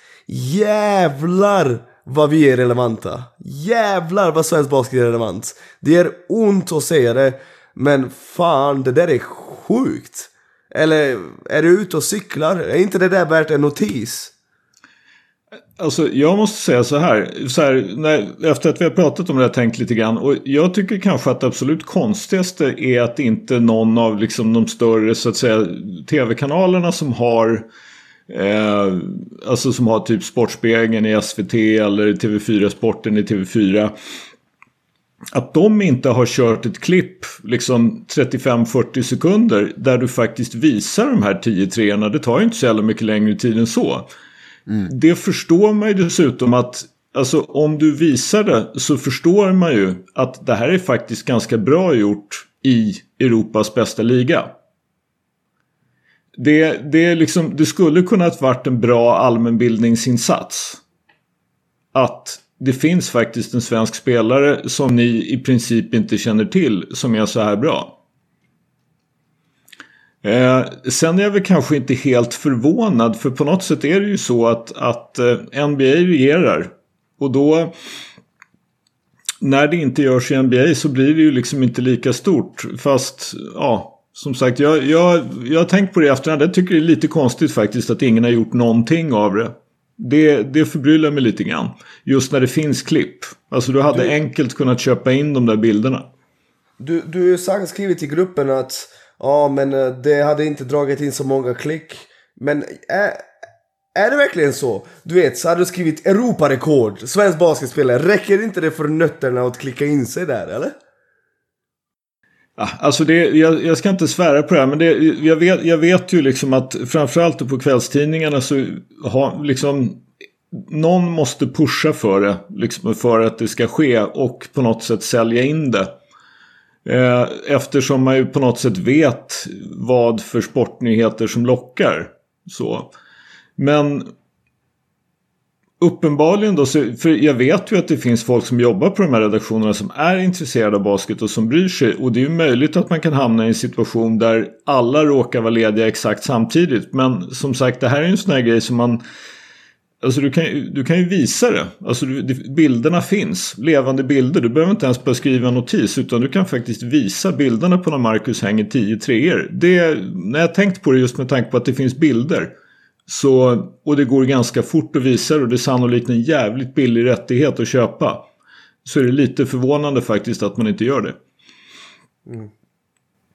Jävlar vad vi är relevanta. Jävlar vad svensk basket är relevant. Det är ont att säga det, men fan, det där är sjukt. Eller är du ute och cyklar? Är inte det där värt en notis? Alltså jag måste säga så här efter att vi har pratat om det här, tänkt lite grann, och jag tycker kanske att det absolut konstigaste är att inte någon av liksom de större, så att säga, tv-kanalerna som har alltså som har typ Sportspegeln i SVT eller TV4-sporten i TV4, att de inte har kört ett klipp liksom 35-40 sekunder där du faktiskt visar de här 10-3-arna. Det tar ju inte så jävla mycket längre tid än så. Det förstår man ju dessutom att, alltså om du visar det så förstår man ju att det här är faktiskt ganska bra gjort i Europas bästa liga. Det är liksom, det skulle kunna ha varit en bra allmänbildningsinsats att det finns faktiskt en svensk spelare som ni i princip inte känner till som är så här bra. Sen är jag väl kanske inte helt förvånad, för på något sätt är det ju så att NBA regerar, och då när det inte görs i NBA så blir det ju liksom inte lika stort. Fast ja, som sagt, jag har tänkt på det efterhand. Jag tycker det är lite konstigt faktiskt att ingen har gjort någonting av det. Det förbryllar mig lite grann. Just när det finns klipp. Alltså du hade enkelt kunnat köpa in de där bilderna. Du har skrivit i gruppen att men det hade inte dragit in så många klick. Men är det verkligen så? Du vet, så hade du skrivit Europarekord, svensk basketspelare. Räcker inte det för nötterna att klicka in sig där, eller? Ja, alltså jag ska inte svära på det här, men jag vet ju liksom att framförallt på kvällstidningarna så har liksom någon måste pusha för det liksom, för att det ska ske, och på något sätt sälja in det. Eftersom man ju på något sätt vet vad för sportnyheter som lockar. Så. Men uppenbarligen då, för jag vet ju att det finns folk som jobbar på de här redaktionerna som är intresserade av basket och som bryr sig, och det är ju möjligt att man kan hamna i en situation där alla råkar vara lediga exakt samtidigt. Men som sagt, det här är en sån här grej som man, alltså du kan ju visa det. Alltså bilderna finns, levande bilder. Du behöver inte ens bara skriva en notis, utan du kan faktiskt visa bilderna på när Marcus hänger 10-3-er. När jag tänkt på det just med tanke på att det finns bilder, så, och det går ganska fort att visa, och det är sannolikt en jävligt billig rättighet att köpa, så är det lite förvånande faktiskt att man inte gör det.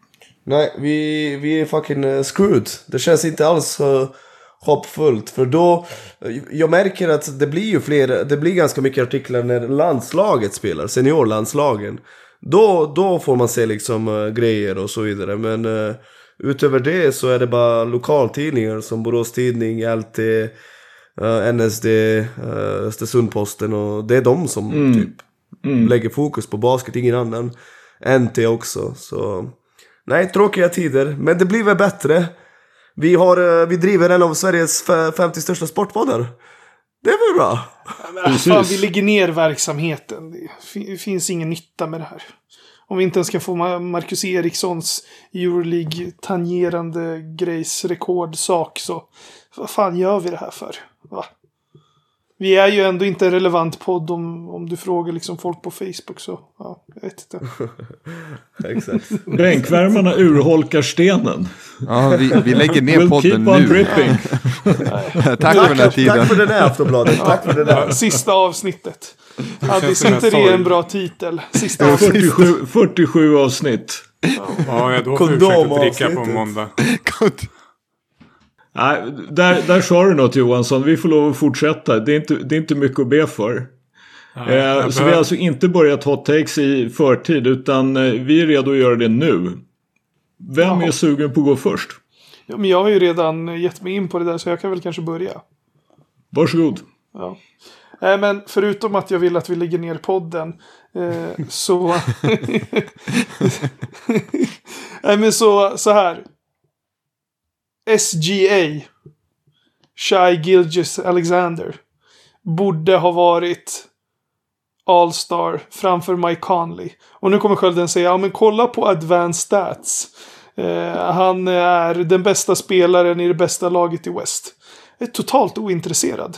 Nej, vi är fucking screwed. Det känns inte alls hoppfullt. För då, jag märker att det blir ganska mycket artiklar när landslaget spelar, seniorlandslagen. Då får man se liksom grejer och så vidare. Men utöver det så är det bara lokaltidningar som Borås Tidning, LT, NSD, Östersundposten, och det är de som typ lägger fokus på basket, ingen annan. NT också, så nej, tråkiga tider, men det blir väl bättre. Vi driver en av Sveriges 50 största sportpoddar. Det är väl bra. Men, fan, vi lägger ner verksamheten. Det finns ingen nytta med det här. Om vi inte ens kan få Marcus Erikssons Euroleague-tangerande grejs rekordsak, så vad fan gör vi det här för? Va? Vi är ju ändå inte en relevant podd om du frågar liksom folk på Facebook, så ja, jag vet inte. Exakt. Bänkvärmarna urholkar stenen. Ja, vi lägger ner podden nu. Tack för den här tiden. Tack för den här Aftonbladet. Tack för den här. Sista avsnittet. Addis inte det är en bra titel. Sista avsnittet. 47 avsnitt. Ja, då får vi försöka dricka på måndag. Nej, där sa du något, Johansson. Vi får lov att fortsätta. Det är inte mycket att be för. Så vi har alltså inte börjat hot takes i förtid, utan vi är redo att göra det nu. Vem är sugen på att gå först? Ja, men jag har ju redan gett mig in på det där, så jag kan väl kanske börja. Varsågod. Ja. Men förutom att jag vill att vi lägger ner podden, så... Nej, men så här. SGA, Shai Gilgeous-Alexander, borde ha varit All-Star framför Mike Conley. Och nu kommer Skölden säga, ja men kolla på Advanced Stats. Han är den bästa spelaren i det bästa laget i West. Jag är totalt ointresserad.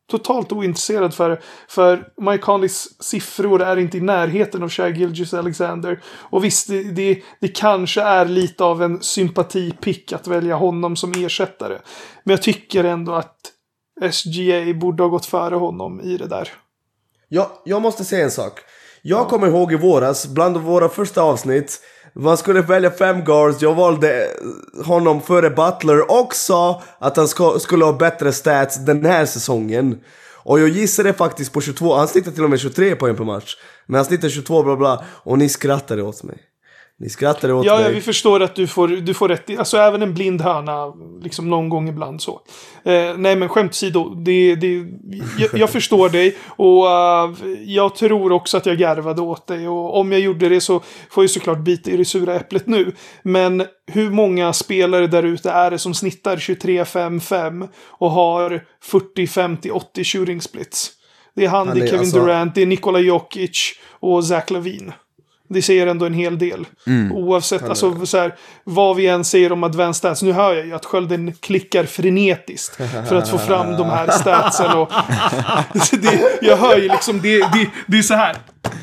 För Mike Conleys siffror är inte i närheten av Shai Gilgeous-Alexander. Och visst, det kanske är lite av en sympatipick att välja honom som ersättare. Men jag tycker ändå att SGA borde ha gått före honom i det där. Jag måste säga en sak. Jag kommer ihåg i våras, bland våra första avsnitt, man skulle välja 5 guards. Jag valde honom före Butler och sa att han skulle ha bättre stats den här säsongen. Och jag gissade faktiskt på 22. Han snittade till och med 23 poäng per match. Men han snittade 22 bla bla. Och ni skrattade åt mig. mig. Ja, vi förstår att du får rätt. Alltså även en blind hörna liksom någon gång ibland så. Nej, men skämt åsido, jag förstår dig, och jag tror också att jag garvade åt dig, och om jag gjorde det så får jag såklart bita i det sura äpplet nu. Men hur många spelare där ute är det som snittar 23-5-5 och har 40-50-80 shooting splits? Det är han, det är Kevin Durant, det är Nikola Jokic och Zach LaVine. Det säger ändå en hel del. Oavsett alltså, så här, vad vi än säger om advanced stats. Nu hör jag ju att Skölden klickar frenetiskt för att få fram de här statsen. Och jag hör ju liksom, det är så här.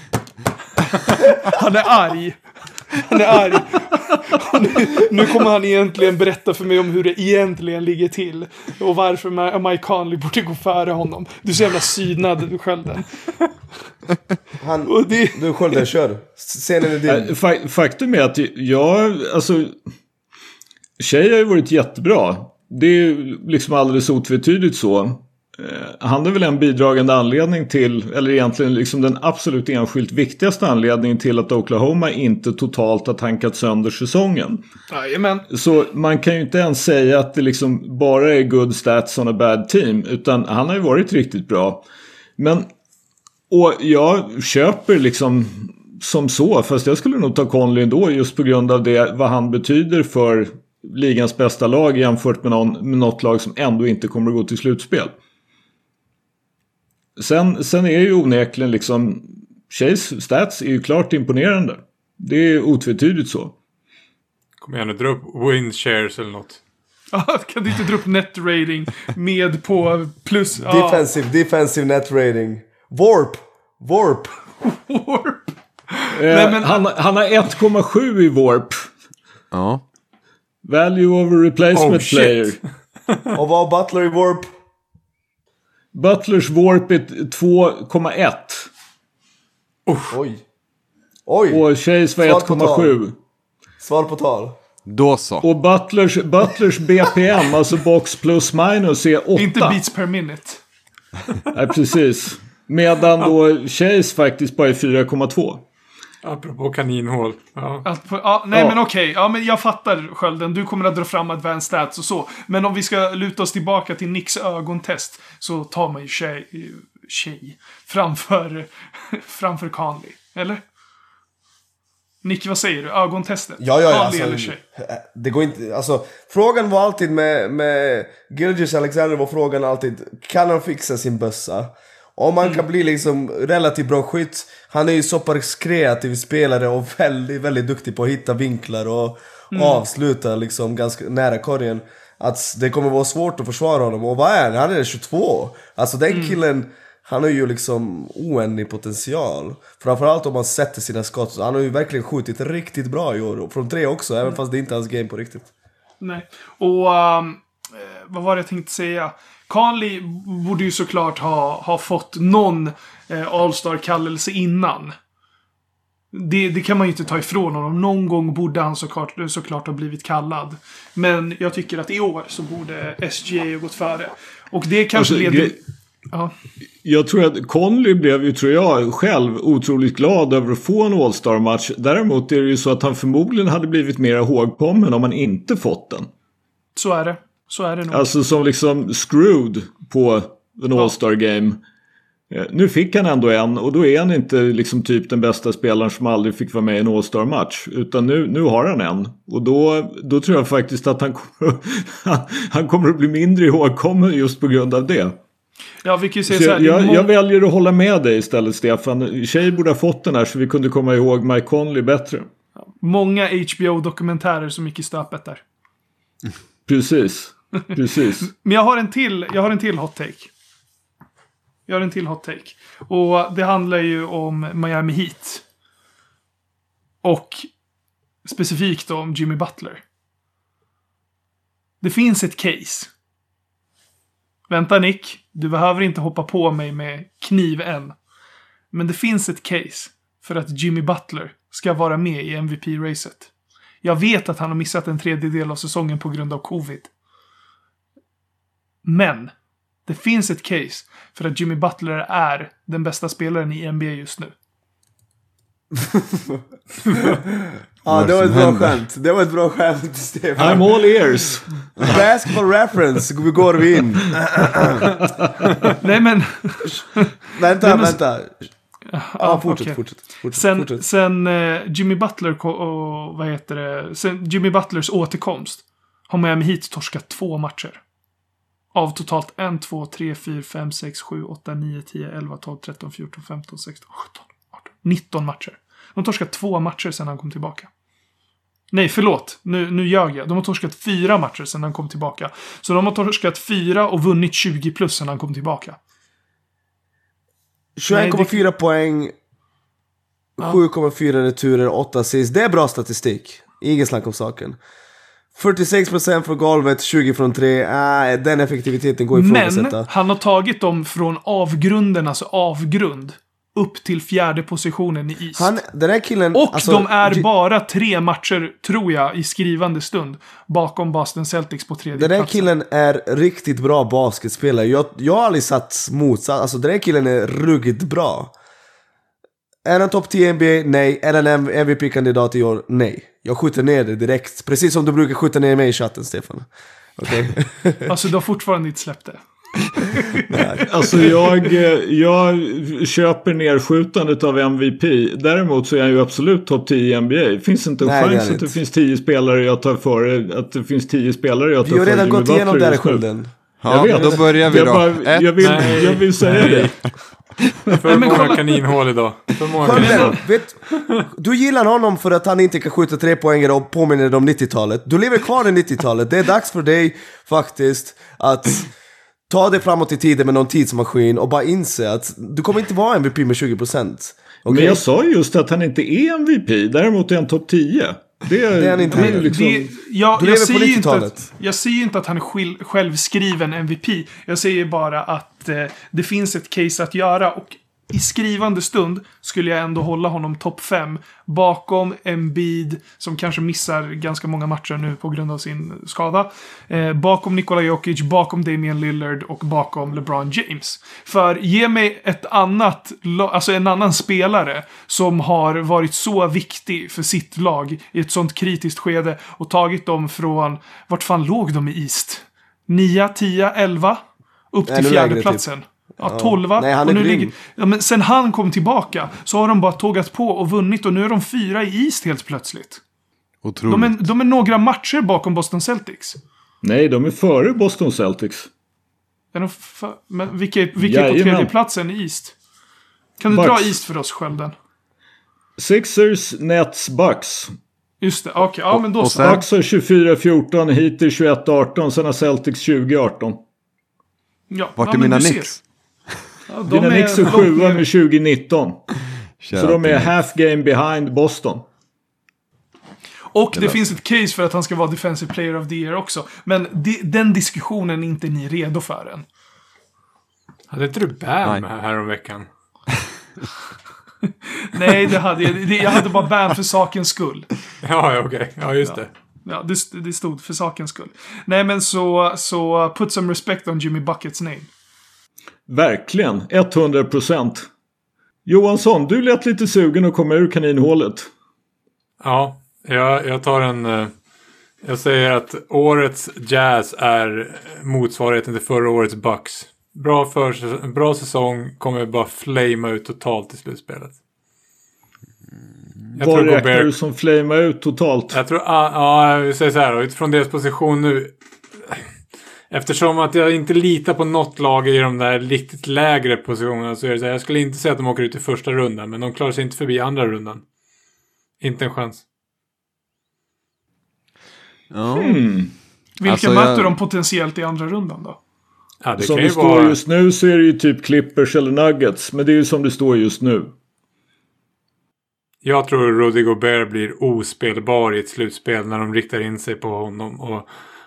Han är arg. Nu kommer han egentligen berätta för mig om hur det egentligen ligger till. Och varför Mike Conley borde gå före honom. Du är så jävla synad, Skölden. Du Skölden, kör. Scenen är din. Faktum är att Shai har ju varit jättebra. Det är ju liksom alldeles otvetydigt så. Han är väl en bidragande anledning till, eller egentligen liksom den absolut enskilt viktigaste anledningen till att Oklahoma inte totalt har tankat sönder säsongen. Jajamän. Så man kan ju inte ens säga att det liksom bara är good stats on a bad team, utan han har ju varit riktigt bra. Och jag köper liksom som så, fast jag skulle nog ta Conley ändå just på grund av det, vad han betyder för ligans bästa lag jämfört med något lag som ändå inte kommer att gå till slutspel. Sen är ju onekligen liksom Shais stats är ju klart imponerande. Det är otvetydigt så. Kom igen, dra upp win shares eller något. Kan du inte dra upp net rating med på plus? Defensive net rating. Warp. Han har 1,7 i Warp. Ja. Value over replacement player. Och vad har Butler i Warp? Butlers Warp är 2,1. Oj. Och Shais var 1,7. Svar på tal. Då så. Och Butlers BPM, alltså box plus minus, är 8. Inte beats per minute. Nej, precis. Medan då Chase faktiskt bara är 4,2. Apropå kaninhål. Ja. Men okej. Ja, men jag fattar, Skölden. Du kommer att dra fram advanced stats och så. Men om vi ska luta oss tillbaka till Nicks ögontest, så tar man ju tjej framför Conley. Eller? Nick, vad säger du? Ögontestet? Ja, Conley eller tjej? Det går inte, alltså frågan var alltid med Gilgeous-Alexander var frågan alltid, kan han fixa sin bössa? Om man kan bli liksom relativt bra skytt. Han är ju så pass kreativ spelare och väldigt, väldigt duktig på att hitta vinklar och avsluta liksom ganska nära korgen. Att det kommer vara svårt att försvara honom. Och vad är han? Han är 22. Alltså den killen, han har ju liksom oändlig potential. Framförallt om man sätter sina skott. Han har ju verkligen skjutit riktigt bra i år. Och från 3 också, även fast det inte är hans game på riktigt. Nej. Och vad var det jag tänkte säga? Conley borde ju såklart ha fått någon All-Star-kallelse innan. Det kan man ju inte ta ifrån honom. Någon gång borde han såklart ha blivit kallad. Men jag tycker att i år så borde SGA ha gått före. Och det kanske leder... Ja. Jag tror att Conley blev ju, tror jag, själv otroligt glad över att få en All-Star-match. Däremot är det ju så att han förmodligen hade blivit mer ihågkommen om han inte fått den. Så är det. Så är det nog. Alltså som liksom screwed på en All-Star-game. Nu fick han ändå en, och då är han inte liksom typ den bästa spelaren som aldrig fick vara med i en All-Star-match. Utan nu har han en. Och då tror jag faktiskt att han kommer att bli mindre ihågkommen just på grund av det. Ja, vi kan ju säga så här, jag väljer att hålla med dig istället, Stefan. Tjej borde ha fått den här så vi kunde komma ihåg Mike Conley bättre. Många HBO-dokumentärer som gick i stöpet där. Precis. Men jag har en till hot take. Och det handlar ju om Miami Heat. Och specifikt om Jimmy Butler. Det finns ett case. Vänta, Nick. Du behöver inte hoppa på mig med kniv än. Men det finns ett case för att Jimmy Butler ska vara med i MVP-racet. Jag vet att han har missat en 3/3 av säsongen på grund av covid. Men det finns ett case för att Jimmy Butler är den bästa spelaren i NBA just nu. Ja, det var ett bra skämt. Stefan. I'm all ears. Basketball reference, vi går in. Nej, men... Vänta. Fortsätt. Sen Jimmy Butler och sen Jimmy Butlers återkomst har Miami Heat torskat 2 matcher. Av totalt 1, 2, 3, 4, 5, 6, 7, 8, 9, 10, 11, 12, 13, 14, 15, 16, 17, 18, 19 matcher. De har torskat 2 matcher sedan han kom tillbaka. Nej, förlåt. Nu ljög jag. De har torskat 4 matcher sedan han kom tillbaka. Så de har torskat 4 och vunnit 20 plus sedan han kom tillbaka. 21,4 poäng, 7,4 returer, 8 assist. Det är bra statistik. Ingen snack om saken. 46% från golvet, 20 från 3. Den effektiviteten går ifrågasätta. Men han har tagit dem från avgrunden, alltså avgrund, upp till 4:e positionen i East. Den här killen, och alltså, de är bara 3 matcher, tror jag, i skrivande stund bakom Boston Celtics på 3:e platsen. Den här killen är riktigt bra basketspelare. Jag har aldrig satt motsatt. Alltså den här killen är ruggigt bra. Är han topp 10 NBA? Nej. Är han MVP-kandidat i år? Nej. Jag skjuter ner det direkt. Precis som du brukar skjuta ner mig i chatten, Stefan. Okej. Okay. Alltså du har fortfarande inte släppt det. Alltså jag köper nerskjutandet av MVP. Däremot så är han ju absolut topp 10 i NBA. Finns inte en chans att det finns 10 spelare jag tar före. Att det finns 10 spelare jag tar före. Vi har redan gått igenom där skölden. Ja, jag vet. Då börjar vi då. Jag vill säga det. För många kaninhål idag. Du gillar honom för att han inte kan skjuta 3-poängare och påminner dig om 90-talet. Du lever kvar i 90-talet. Det är dags för dig faktiskt att ta dig framåt i tiden med någon tidsmaskin och bara inse att du kommer inte vara MVP med 20%. Okay? Men jag sa just att han inte är MVP. Däremot är han topp 10. Det är han inte. Liksom, jag säger ju inte att han är självskriven MVP. Jag säger bara att det finns ett case att göra. Och i skrivande stund skulle jag ändå hålla honom topp 5 bakom Embiid som kanske missar ganska många matcher nu på grund av sin skada. Bakom Nikola Jokic, bakom Damian Lillard och bakom LeBron James. För ge mig en annan spelare som har varit så viktig för sitt lag i ett sånt kritiskt skede och tagit dem från, vart fan låg de i East? 9, 10, 11? Upp till fjärde platsen. Typ. Ja, 12. Nej, han är grym. Men sen han kom tillbaka så har de bara tågat på och vunnit och nu är de 4 i East helt plötsligt. Otroligt. De är några matcher bakom Boston Celtics. Nej, de är före Boston Celtics. Men vilka är på tredje platsen i East? Kan du Bucks. dra East för oss, Skölden? Sixers, Nets, Bucks. Just det, okej. Ja, men då så. Bucks har 24-14, Heat är 21-18, sen har Celtics 20-18. Ja, Vart är mina Knicks? Ja, Dina Knicks är 7 med 2019. Så de är half game behind Boston. Och det finns ett case för att han ska vara Defensive Player of the Year också. Men den diskussionen är inte ni redo för än. Hade inte du Bam här om veckan? Nej, det hade jag hade bara Bam för sakens skull. Ja, okej. Ja, just det. Ja, det stod för sakens skull. Nej, men så put some respect on Jimmy Buckets name. Verkligen, 100%. Johansson, du lät lite sugen att komma ur kaninhålet. Ja, jag tar jag säger att årets Jazz är motsvarigheten till förra årets Bucks. Bra säsong, kommer bara flama ut totalt i slutspelet. Vad räknar du som flama ut totalt? Jag tror, jag säger så här, utifrån deras position nu. Eftersom att jag inte litar på något lag i de där riktigt lägre positionerna så är det så här, jag skulle inte säga att de åker ut i första rundan, men de klarar sig inte förbi andra rundan. Inte en chans. Vilka möter de potentiellt i andra rundan då? Ja, det som kan det ju står vara... just nu så är det ju typ Clippers eller Nuggets. Men det är ju som det står just nu. Jag tror Rudy Gobert blir ospelbar i ett slutspel när de riktar in sig på honom. Och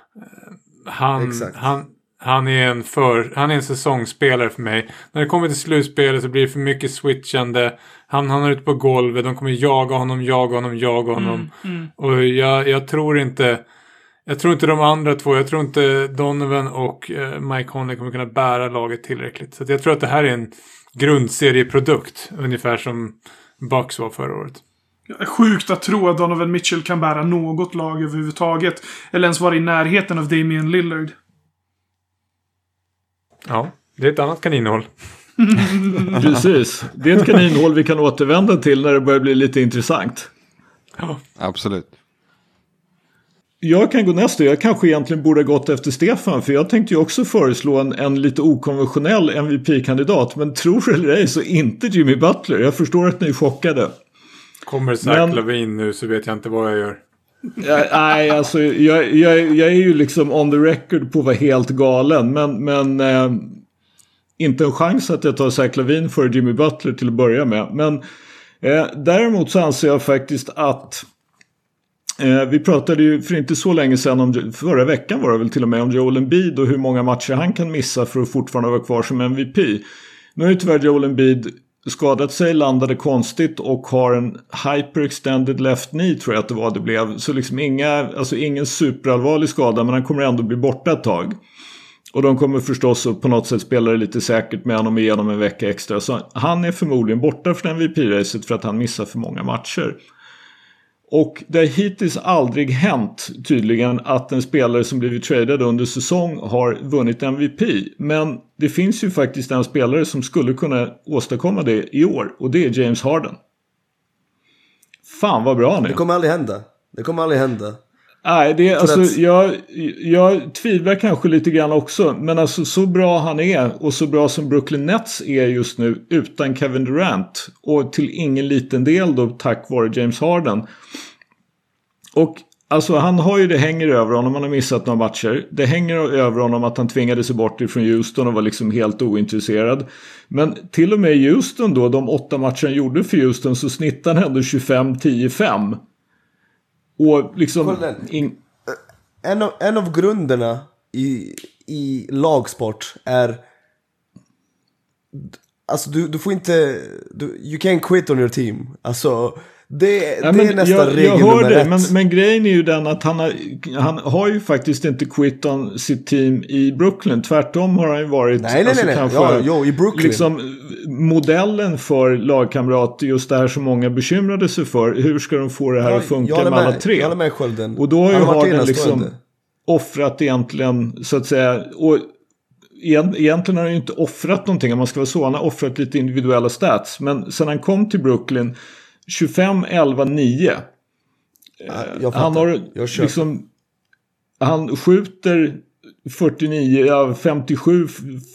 han är en säsongsspelare för mig. När det kommer till slutspelet så blir det för mycket switchande. Han hamnar ute på golvet. De kommer jaga honom. Och jag tror inte de andra två. Jag tror inte Donovan och Mike Conley kommer kunna bära laget tillräckligt. Så jag tror att det här är en grundserieprodukt. Ungefär som Bucks var förra året. Sjukt att tro att Donovan Mitchell kan bära något lag överhuvudtaget. Eller ens vara i närheten av Damian Lillard. Ja, det är ett annat kaninhål. Precis. Det är ett kaninhål vi kan återvända till när det börjar bli lite intressant. Ja, absolut. Jag kan gå nästa. Jag kanske egentligen borde ha gått efter Stefan. För jag tänkte ju också föreslå en lite okonventionell MVP-kandidat. Men tror eller ej så inte Jimmy Butler. Jag förstår att ni är chockade. Kommer Zach Lavin nu så vet jag inte vad jag gör. Nej, alltså jag är ju liksom on the record på att vara helt galen. Men inte en chans att jag tar Zach Lavin för Jimmy Butler till att börja med. Men däremot så anser jag faktiskt att vi pratade ju för inte så länge sedan om, förra veckan var det väl till och med, om Joel Embiid och hur många matcher han kan missa för att fortfarande vara kvar som MVP. Nu är ju tyvärr Joel Embiid skadat sig, landade konstigt och har en hyperextended left knee tror jag att det blev. Så liksom ingen superallvarlig skada, men han kommer ändå bli borta ett tag. Och de kommer förstås på något sätt spela det lite säkert med honom igenom en vecka extra. Så han är förmodligen borta från MVP-racet för att han missar för många matcher. Och det har hittills aldrig hänt tydligen att en spelare som blivit tradad under säsong har vunnit MVP. Men det finns ju faktiskt en spelare som skulle kunna åstadkomma det i år. Och det är James Harden. Fan vad bra han är. Det kommer aldrig hända. Nej, det är, alltså, jag tvivlar kanske lite grann också. Men alltså så bra han är och så bra som Brooklyn Nets är just nu utan Kevin Durant. Och till ingen liten del då tack vare James Harden. Och alltså han har ju det hänger över honom, han har missat några matcher. Det hänger över honom att han tvingade sig bort ifrån Houston och var liksom helt ointresserad. Men till och med i Houston då, de 8 matcher han gjorde för Houston så snittar han ändå 25-10-5. Och liksom... En av grunderna i lagsport är alltså du får inte, you can't quit on your team. Alltså det är nästan regel jag hör nummer det, ett. men grejen är ju den att han har ju faktiskt inte quit on sitt team i Brooklyn. Tvärtom har han ju varit Nej. Ja, i Brooklyn. Liksom modellen för lagkamrat, just det här som många bekymrade sig för. Hur ska de få det här att funka med alla tre? Jag håller med Skölden. Och då har ju Harden liksom offrat egentligen, så att säga, och egentligen har han ju inte offrat någonting om man ska vara så. Han har offrat lite individuella stats, men sen han kom till Brooklyn 25, 11, 9. Han har liksom, han skjuter 49, 57,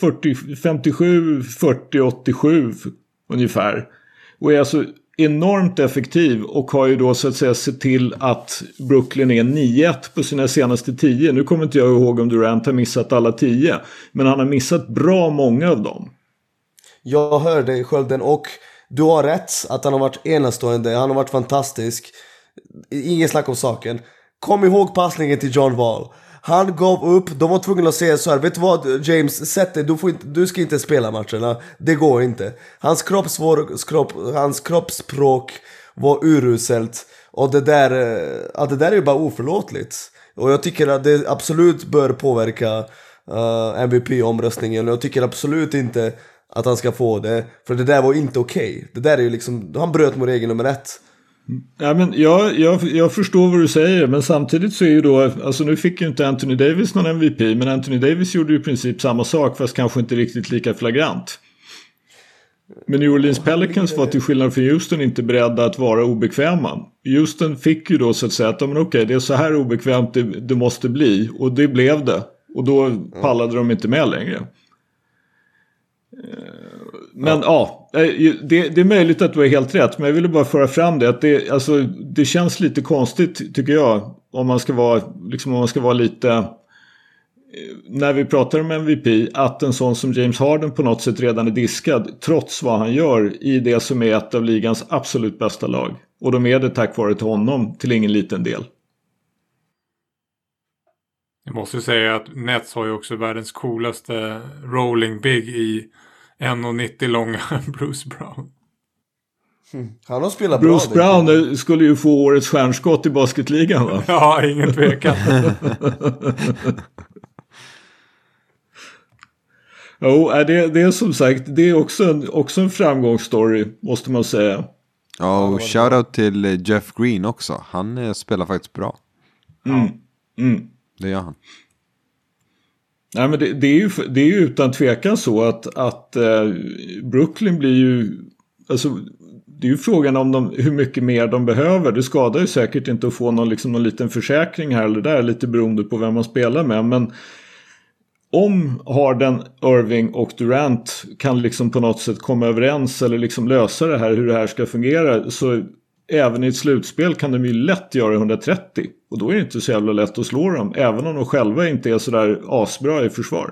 40, 87 ungefär. Och är alltså enormt effektiv och har ju då så att säga sett till att Brooklyn är 9-1 på sina senaste 10. Nu kommer inte jag ihåg om Durant har missat alla 10, men han har missat bra många av dem. Jag hör dig, Skölden, och du har rätt att han har varit enastående. Han har varit fantastisk. Ingen snack om saken. Kom ihåg passningen till John Wall. Han gav upp. De var tvungna att säga så här: vet du vad, James, sätt dig. Du ska inte spela matcherna. Det går inte. Hans kroppsspråk var uruselt. Och det där är ju bara oförlåtligt. Och jag tycker att det absolut bör påverka MVP-omröstningen. Och jag tycker absolut inte att han ska få det. För det där var inte okej. Det där är ju liksom, han bröt mot regel nummer 1. Ja, men jag förstår vad du säger, men samtidigt så är ju då, alltså nu fick ju inte Anthony Davis någon MVP, men Anthony Davis gjorde ju i princip samma sak, fast kanske inte riktigt lika flagrant. Men New Orleans Pelicans var till skillnad från Houston inte beredda att vara obekväma. Houston fick ju då så att säga att okej, det är så här obekvämt det måste bli, och det blev det. Och då pallade de inte med längre. Men det är möjligt att du är helt rätt, men jag ville bara föra fram det att det känns lite konstigt, tycker jag, om man ska vara lite, när vi pratar om MVP, att en sån som James Harden på något sätt redan är diskad trots vad han gör i det som är ett av ligans absolut bästa lag, och de är det tack vare till honom till ingen liten del. Jag måste ju säga att Nets har ju också världens coolaste rolling big i 1,90 långa Bruce Brown. Han har spelat bra. Bruce Brown skulle ju få årets stjärnskott i basketligan, va? Ja, ingen tvekan. Jo, det är som sagt, det är också en framgångsstory, måste man säga. Ja, och shoutout till Jeff Green också. Han spelar faktiskt bra. Det gör han. Nej, men det är ju utan tvekan så att Brooklyn blir ju, alltså det är ju frågan om hur mycket mer de behöver. Det skadar ju säkert inte att få någon liten försäkring här eller där, lite beroende på vem man spelar med, men om Harden, Irving och Durant kan liksom på något sätt komma överens eller liksom lösa det här, hur det här ska fungera, så även i ett slutspel kan de ju lätt göra 130. Och då är det inte så jävla lätt att slå dem, även om de själva inte är så där asbra i försvar.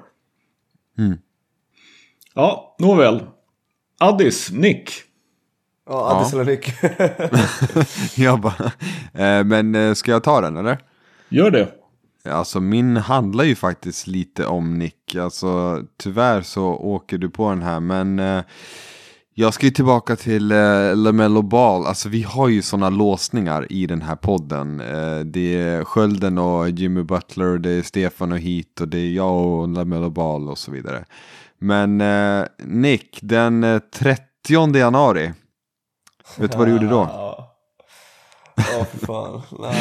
Ja, nåväl. Addis, Nick. Ja, Addis eller Nick. Jag bara, men ska jag ta den, eller? Gör det. Alltså min handlar ju faktiskt lite om Nick. Alltså tyvärr så åker du på den här, men jag ska ju tillbaka till LaMelo Ball. Alltså vi har ju sådana låsningar i den här podden. Det är Skölden och Jimmy Butler, det är Stefan och Heat, och det är jag och LaMelo Ball och så vidare. Men Nick, den 30 januari, vet du vad du gjorde då? För fan.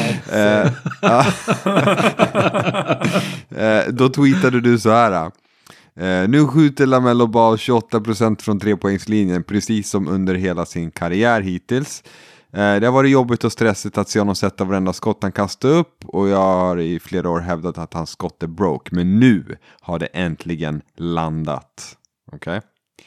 Nej. Då tweetade du så här: nu skjuter LaMelo Ball 28% från 3-poängslinjen, precis som under hela sin karriär hittills. Det har varit jobbigt och stressigt att se honom sätta varenda skott han kastar upp, och jag har i flera år hävdat att hans skott är broke, men nu har det äntligen landat. Okej?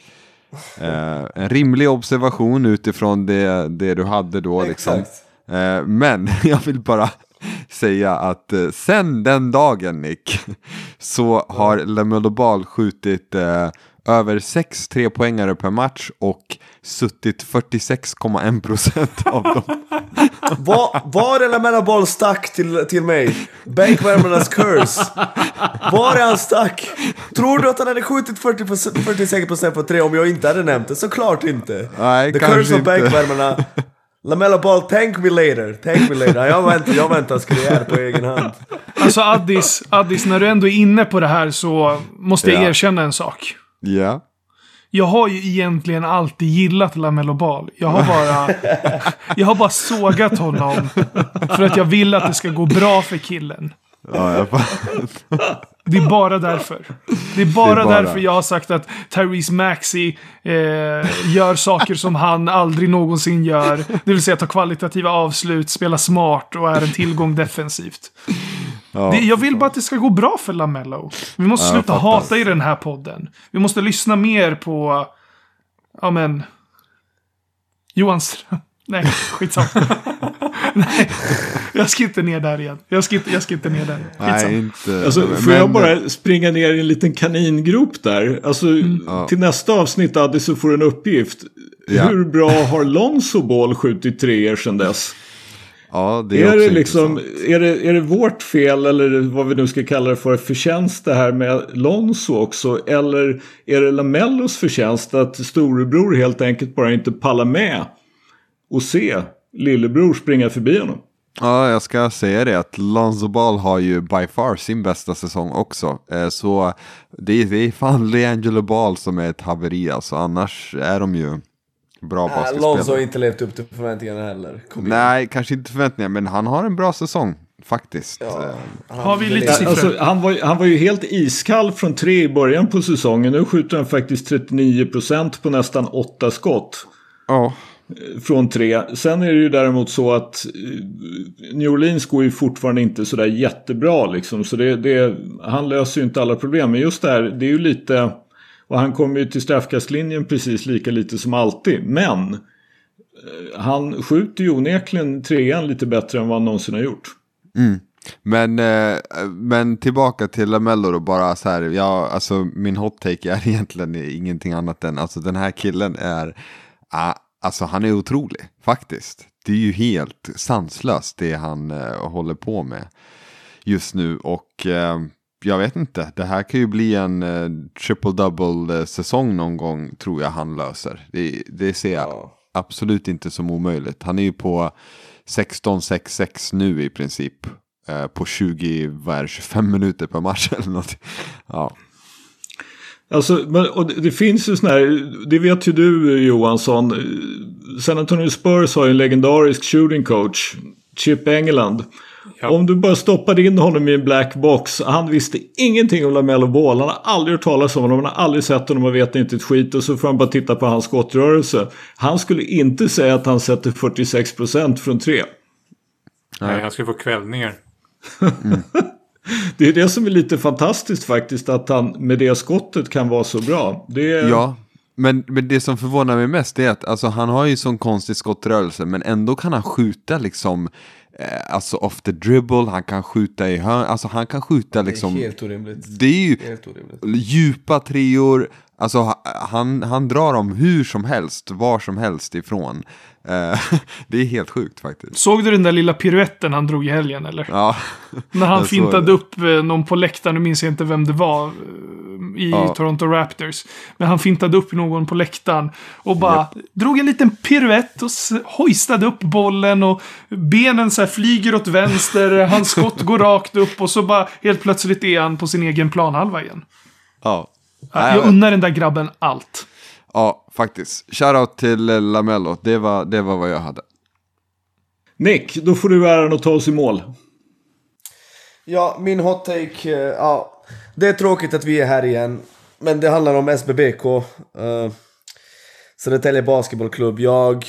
En rimlig observation utifrån det du hade då liksom. Men jag vill bara säga att sen den dagen, Nick, så har LaMelo Ball skjutit över 6 3-poängare per match och suttit 46,1% av dem. Var är Lamella Ball stack till mig? Bänkvärmarnas curse. Var är han stack? Tror du att han hade skjutit 46% på 3 om jag inte hade nämnt det? Såklart inte. Nej, The kanske curse of inte. bänkvärmarna. Lamella Ball, thank me later. Jag väntar karriär på egen hand. Alltså Addis, när du ändå är inne på det här så måste jag erkänna en sak. Ja. Jag har ju egentligen alltid gillat LaMelo Ball. Jag har bara sågat honom för att jag vill att det ska gå bra för killen. Ja, Det är bara därför. Det är bara därför jag har sagt att Tyrese Maxey gör saker som han aldrig någonsin gör. Det vill säga ta kvalitativa avslut, spela smart och är en tillgång defensivt. Ja. Jag vill bara att det ska gå bra för LaMelo. Vi måste sluta hata i den här podden. Vi måste lyssna mer på Johan Ström. Nej, skitsamma. Nej, jag ska inte ner där igen. Jag ska inte ner där. Skitsamma. Nej, inte. Alltså, får jag bara springa ner i en liten kaningrop där? Alltså, till nästa avsnitt, Addi, så får du en uppgift. Ja. Hur bra har Lonzo Ball skjutit 3 sedan dess? Ja, det är det liksom, är det vårt fel, eller vad vi nu ska kalla det för förtjänst det här med Lonzo också? Eller är det LaMelos förtjänst att storebror helt enkelt bara inte pallar med och se lillebror springa förbi honom? Ja, jag ska säga det att Lonzo Ball har ju by far sin bästa säsong också. Så det är fan LiAngelo Ball som är ett haveri. Alltså, annars är de ju bra basketspelare. Lonzo har inte levt upp till förväntningarna heller. Nej, kanske inte förväntningar, men han har en bra säsong faktiskt. Ja, Har vi lite siffror? Alltså, han var ju helt iskall från 3 i början på säsongen. Nu skjuter han faktiskt 39% på nästan 8 skott. Ja. Från 3. Sen är det ju däremot så att New Orleans går ju fortfarande inte sådär jättebra liksom. Så han löser ju inte alla problem. Men just det här, det är ju lite... Och han kommer ju till straffkastlinjen precis lika lite som alltid. Men han skjuter ju onekligen 3:an lite bättre än vad han någonsin har gjort. Mm. Men tillbaka till LaMelo då, bara så här. Alltså min hot take är egentligen ingenting annat än... Alltså den här killen är... Alltså han är otrolig, faktiskt. Det är ju helt sanslöst det han håller på med just nu. Och jag vet inte, det här kan ju bli en triple-double säsong någon gång, tror jag han löser. Det ser jag absolut inte som omöjligt. Han är ju på 16-6-6 nu i princip. På 25 minuter per match eller något. Ja. Alltså, och det finns ju sån här, det vet ju du Johansson, San Antonio Spurs har ju en legendarisk shooting coach, Chip Engeland. Ja. Om du bara stoppade in honom i en black box, han visste ingenting om LaMelo Ball, han har aldrig hört talas om honom, han har aldrig sett honom och vet inte ett skit, och så får han bara titta på hans skottrörelse. Han skulle inte säga att han sätter 46% från 3. Nej, han skulle få kvällningar. Det är det som är lite fantastiskt faktiskt, att han med det skottet kan vara så bra. Ja, men det som förvånar mig mest är att alltså, han har ju sån konstig skottrörelse, men ändå kan han skjuta liksom alltså off the dribble, han kan skjuta i hörn, alltså han kan skjuta liksom... Det är helt orimligt. Det är ju helt orimligt. Djupa treor, alltså han drar dem hur som helst, var som helst ifrån. Det är helt sjukt faktiskt. Såg du den där lilla piruetten han drog i helgen eller? Ja. När han fintade upp någon på läktaren, nu minns jag inte vem det var i Toronto Raptors. Men han fintade upp någon på läktaren och bara drog en liten piruett och hoistade upp bollen och benen så här flyger åt vänster, hans skott går rakt upp och så bara helt plötsligt är han på sin egen planhalva igen. Ja. Jag unnar den där grabben allt. Ja, faktiskt. Shoutout till LaMelo. Det var vad jag hade. Nick, då får du äran att ta oss i mål. Ja, min hot take. Det är tråkigt att vi är här igen. Men det handlar om SBBK. Södertälje Basketbollklubb.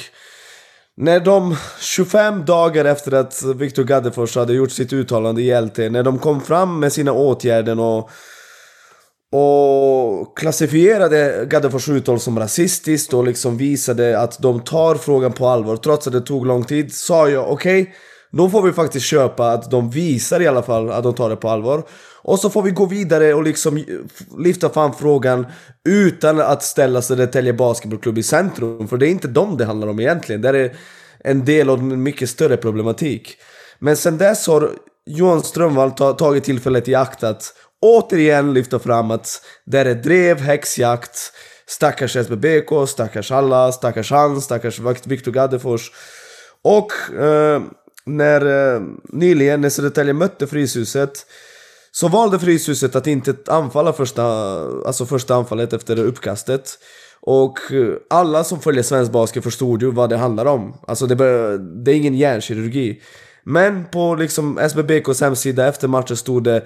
När de 25 dagar efter att Victor Gaddefors hade gjort sitt uttalande i LT, när de kom fram med sina åtgärder och klassifierade Gaddefors uttal som rasistiskt och liksom visade att de tar frågan på allvar trots att det tog lång tid, sa jag okej, Då får vi faktiskt köpa att de visar i alla fall att de tar det på allvar. Och så får vi gå vidare och liksom lyfta fram frågan utan att ställa Södertälje Basketbollklubb i centrum. För det är inte dem det handlar om egentligen. Det är en del av en mycket större problematik. Men sen dess har Johan Strömvall tagit tillfället i akt att återigen lyfta fram att det är drev, häxjakt, stackars SBBK, stackars alla, stackars han, stackars Viktor Gaddefors. Och nyligen när Södertälje mötte Fryshuset, så valde Fryshuset att inte anfalla första anfallet efter uppkastet. Och alla som följer svensk basket förstod ju vad det handlar om. Alltså det är ingen hjärnkirurgi. Men på liksom SBBKs hemsida efter matchen stod det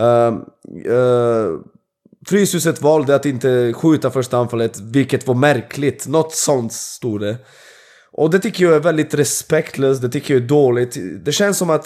Fryshuset valde att inte skjuta första anfallet, vilket var märkligt. Något sånt stod det. Och det tycker jag är väldigt respektlöst. Det tycker jag är dåligt. Det känns som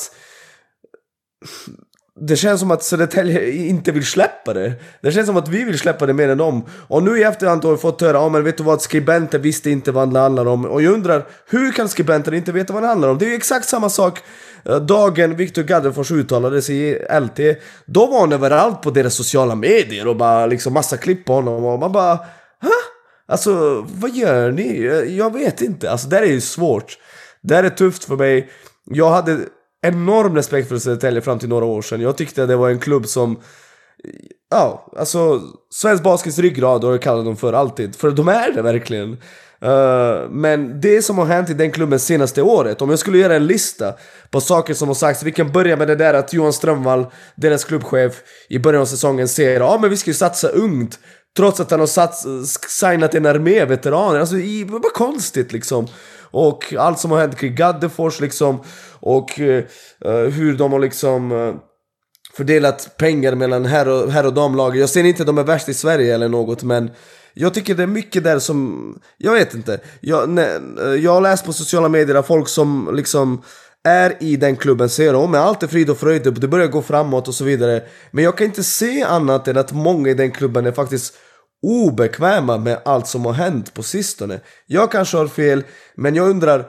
att Södertälje inte vill släppa det. Det känns som att vi vill släppa det mer än dem. Och nu i efterhand har vi fått höra, men vet du vad, skribenter visste inte vad det handlar om. Och jag undrar, hur kan skribenter inte veta vad det handlar om? Det är ju exakt samma sak dagen Viktor Gaddefors uttalade sig i LT. Då var han överallt på deras sociala medier och bara liksom massa klipp på honom. Och man bara, alltså, vad gör ni? Jag vet inte. Alltså, det är ju svårt. Det är tufft för mig. Jag hade enorm respekt för Södertälje fram till några år sedan. Jag tyckte att det var en klubb som, ja, alltså svensk baskets ryggrad, och jag kallar dem för alltid. För de är det verkligen. Men det som har hänt i den klubben senaste året, om jag skulle göra en lista på saker som har sagts, vi kan börja med det där att Johan Strömvall, deras klubbchef, i början av säsongen säger, men vi ska ju satsa ungt, trots att han har signat en arméveteraner. Alltså, det var konstigt liksom. Och allt som har hänt kring Gaddefors liksom, och hur de har liksom fördelat pengar mellan herr- och damlag. Jag ser inte att de är värst i Sverige eller något, men jag tycker det är mycket där som, jag vet inte. Jag har läst på sociala medier av folk som liksom är i den klubben, säger men allt är frid och fröjd, det börjar gå framåt och så vidare. Men jag kan inte se annat än att många i den klubben är faktiskt obekväma med allt som har hänt på sistone. Jag kanske har fel, men jag undrar,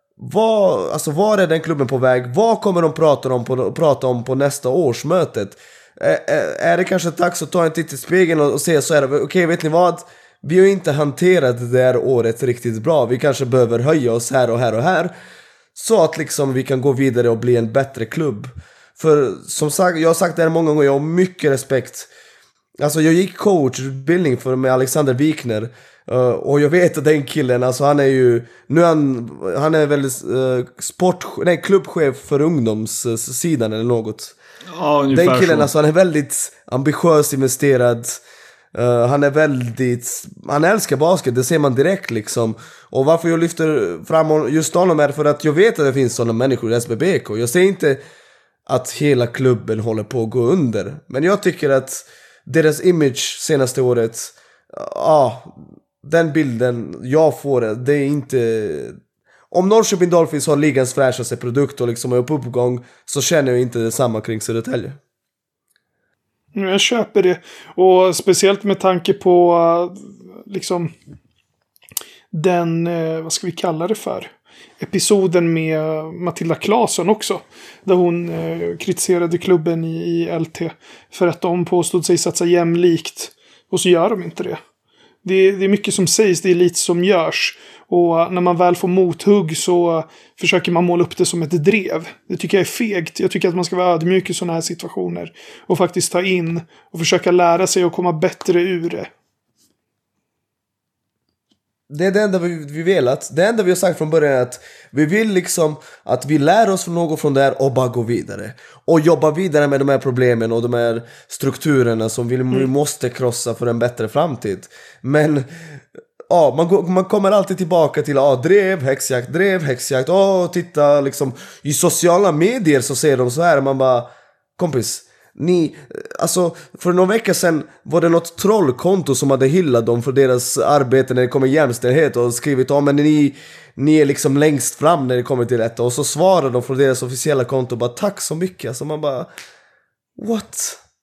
var är den klubben på väg? Vad kommer de prata om på nästa årsmötet? Är det kanske dags att ta en titt i spegeln och se så här, okej, vet ni vad? Vi har inte hanterat det här året riktigt bra. Vi kanske behöver höja oss här och här och här, så att liksom vi kan gå vidare och bli en bättre klubb. För som sagt, jag har sagt det här många gånger, jag har mycket respekt. Alltså jag gick coachutbildning med Alexander Wikner, och jag vet att den killen, alltså han är ju han är väldigt klubbchef för ungdomssidan eller något. Ja, den killen så. Alltså han är väldigt ambitiös, investerad. Han älskar basket, det ser man direkt liksom. Och varför jag lyfter fram just honom är för att jag vet att det finns sådana människor i SBBK. Jag säger inte att hela klubben håller på att gå under, men jag tycker att deras image senaste året, den bilden jag får, det är inte... Om Norrköping Dolphins har ligans fräschaste produkt och liksom är på uppgång, så känner jag inte detsamma kring Södertälje. Jag köper det. Och speciellt med tanke på liksom den, vad ska vi kalla det för? Episoden med Matilda Claesson också. Där hon kritiserade klubben i LT för att de påstod sig satsa jämlikt. Och så gör de inte det. Det är mycket som sägs, det är lite som görs. Och när man väl får mothugg så försöker man måla upp det som ett drev. Det tycker jag är fegt. Jag tycker att man ska vara ödmjuk i sådana här situationer. Och faktiskt ta in och försöka lära sig och komma bättre ur det. Det är det enda vi velat. Det enda vi har sagt från början är att vi vill liksom att vi lär oss något från det här och bara gå vidare. Och jobba vidare med de här problemen och de här strukturerna som vi måste krossa för en bättre framtid. Men man kommer alltid tillbaka till drev, häxjakt. Titta liksom i sociala medier så ser de så här. Man bara, kompis, alltså för några veckor sedan var det något trollkonto som hade hyllat dem för deras arbete när det kommer jämställdhet och skrivit men ni är liksom längst fram när det kommer till detta, och så svarar de från deras officiella konto bara tack så mycket. Alltså man bara, what?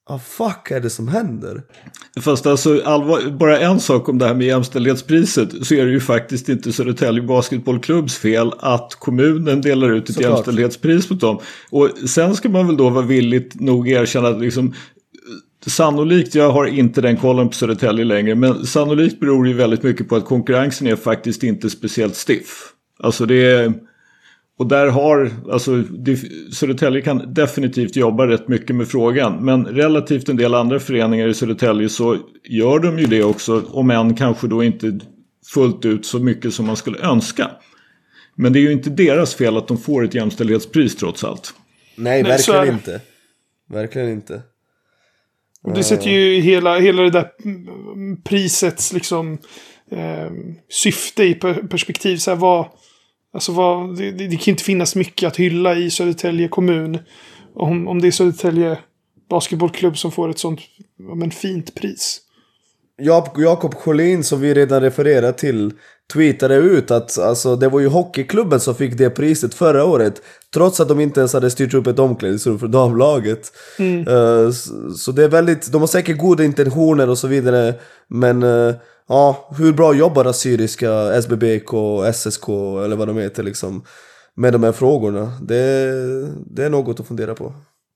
fuck är det som händer? Fast alltså bara en sak om det här med jämställdhetspriset, så är det ju faktiskt inte Södertälje Basketbollklubbs fel att kommunen delar ut ett jämställdhetspris på dem. Och sen ska man väl då vara villigt nog erkänna att liksom, sannolikt, jag har inte den kollen på Södertälje längre, men sannolikt beror det ju väldigt mycket på att konkurrensen är faktiskt inte speciellt stiff. Alltså det är... Och där har, alltså Södertälje kan definitivt jobba rätt mycket med frågan. Men relativt en del andra föreningar i Södertälje så gör de ju det också. Om än kanske då inte fullt ut så mycket som man skulle önska. Men det är ju inte deras fel att de får ett jämställdhetspris trots allt. Nej, verkligen inte. Verkligen inte. Och det sätter ju hela det där prisets liksom syfte i perspektiv. Så här, det kan inte finnas mycket att hylla i Södertälje kommun om det är Södertälje basketbollklubb som får ett sånt fint pris. Jakob Sjölin, som vi redan refererat till, tweetade ut att alltså, det var ju hockeyklubben som fick det priset förra året, trots att de inte ens hade styrt upp ett omklädningsrum för damlaget. Så det är väldigt, de har säkert goda intentioner och så vidare, men hur bra jobbar Assyriska, SBBK, SSK eller vad de heter liksom, med de här frågorna? Det är något att fundera på.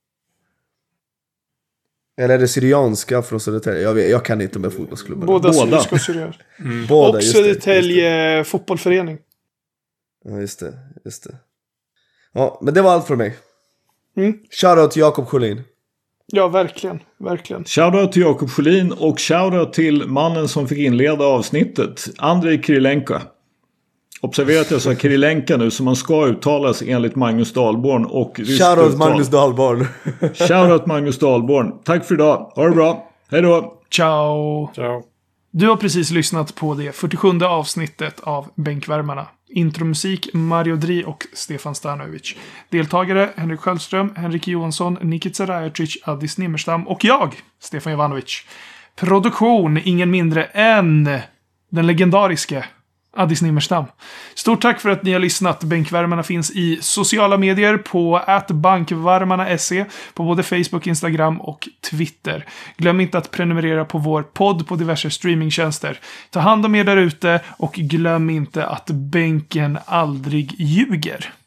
Eller är det syrianska från Södertälje? Jag kan inte med fotbollsklubbarna. Båda. Syriska och syrianska. Båda, och Södertälje fotbollförening. Ja, just det. Ja, men det var allt från mig. Shoutout till Jakob Sjölin. Ja, verkligen. Shoutout till Jakob Sjölin och shoutout till mannen som fick inleda avsnittet, Andrei Kirilenko. Observera att jag sa Kirilenko nu, som man ska uttalas enligt Magnus Dahlborn och shoutout Magnus Dahlborn. Shoutout Magnus Dahlborn. Tack för idag. Ha det bra. Hej då. Ciao. Du har precis lyssnat på det 47:e avsnittet av Bänkvärmarna. Intromusik Mario Dri och Stefan Stanovic. Deltagare Henrik Sköldström, Henrik Johansson, Nikica Rajacic, Addis Nimmerstam och jag, Stefan Jovanovic. Produktion ingen mindre än den legendariske Addis Nimmerstam. Stort tack för att ni har lyssnat. Bänkvärmarna finns i sociala medier på @bankvarmarna.se på både Facebook, Instagram och Twitter. Glöm inte att prenumerera på vår podd på diverse streamingtjänster. Ta hand om er där ute och glöm inte att bänken aldrig ljuger.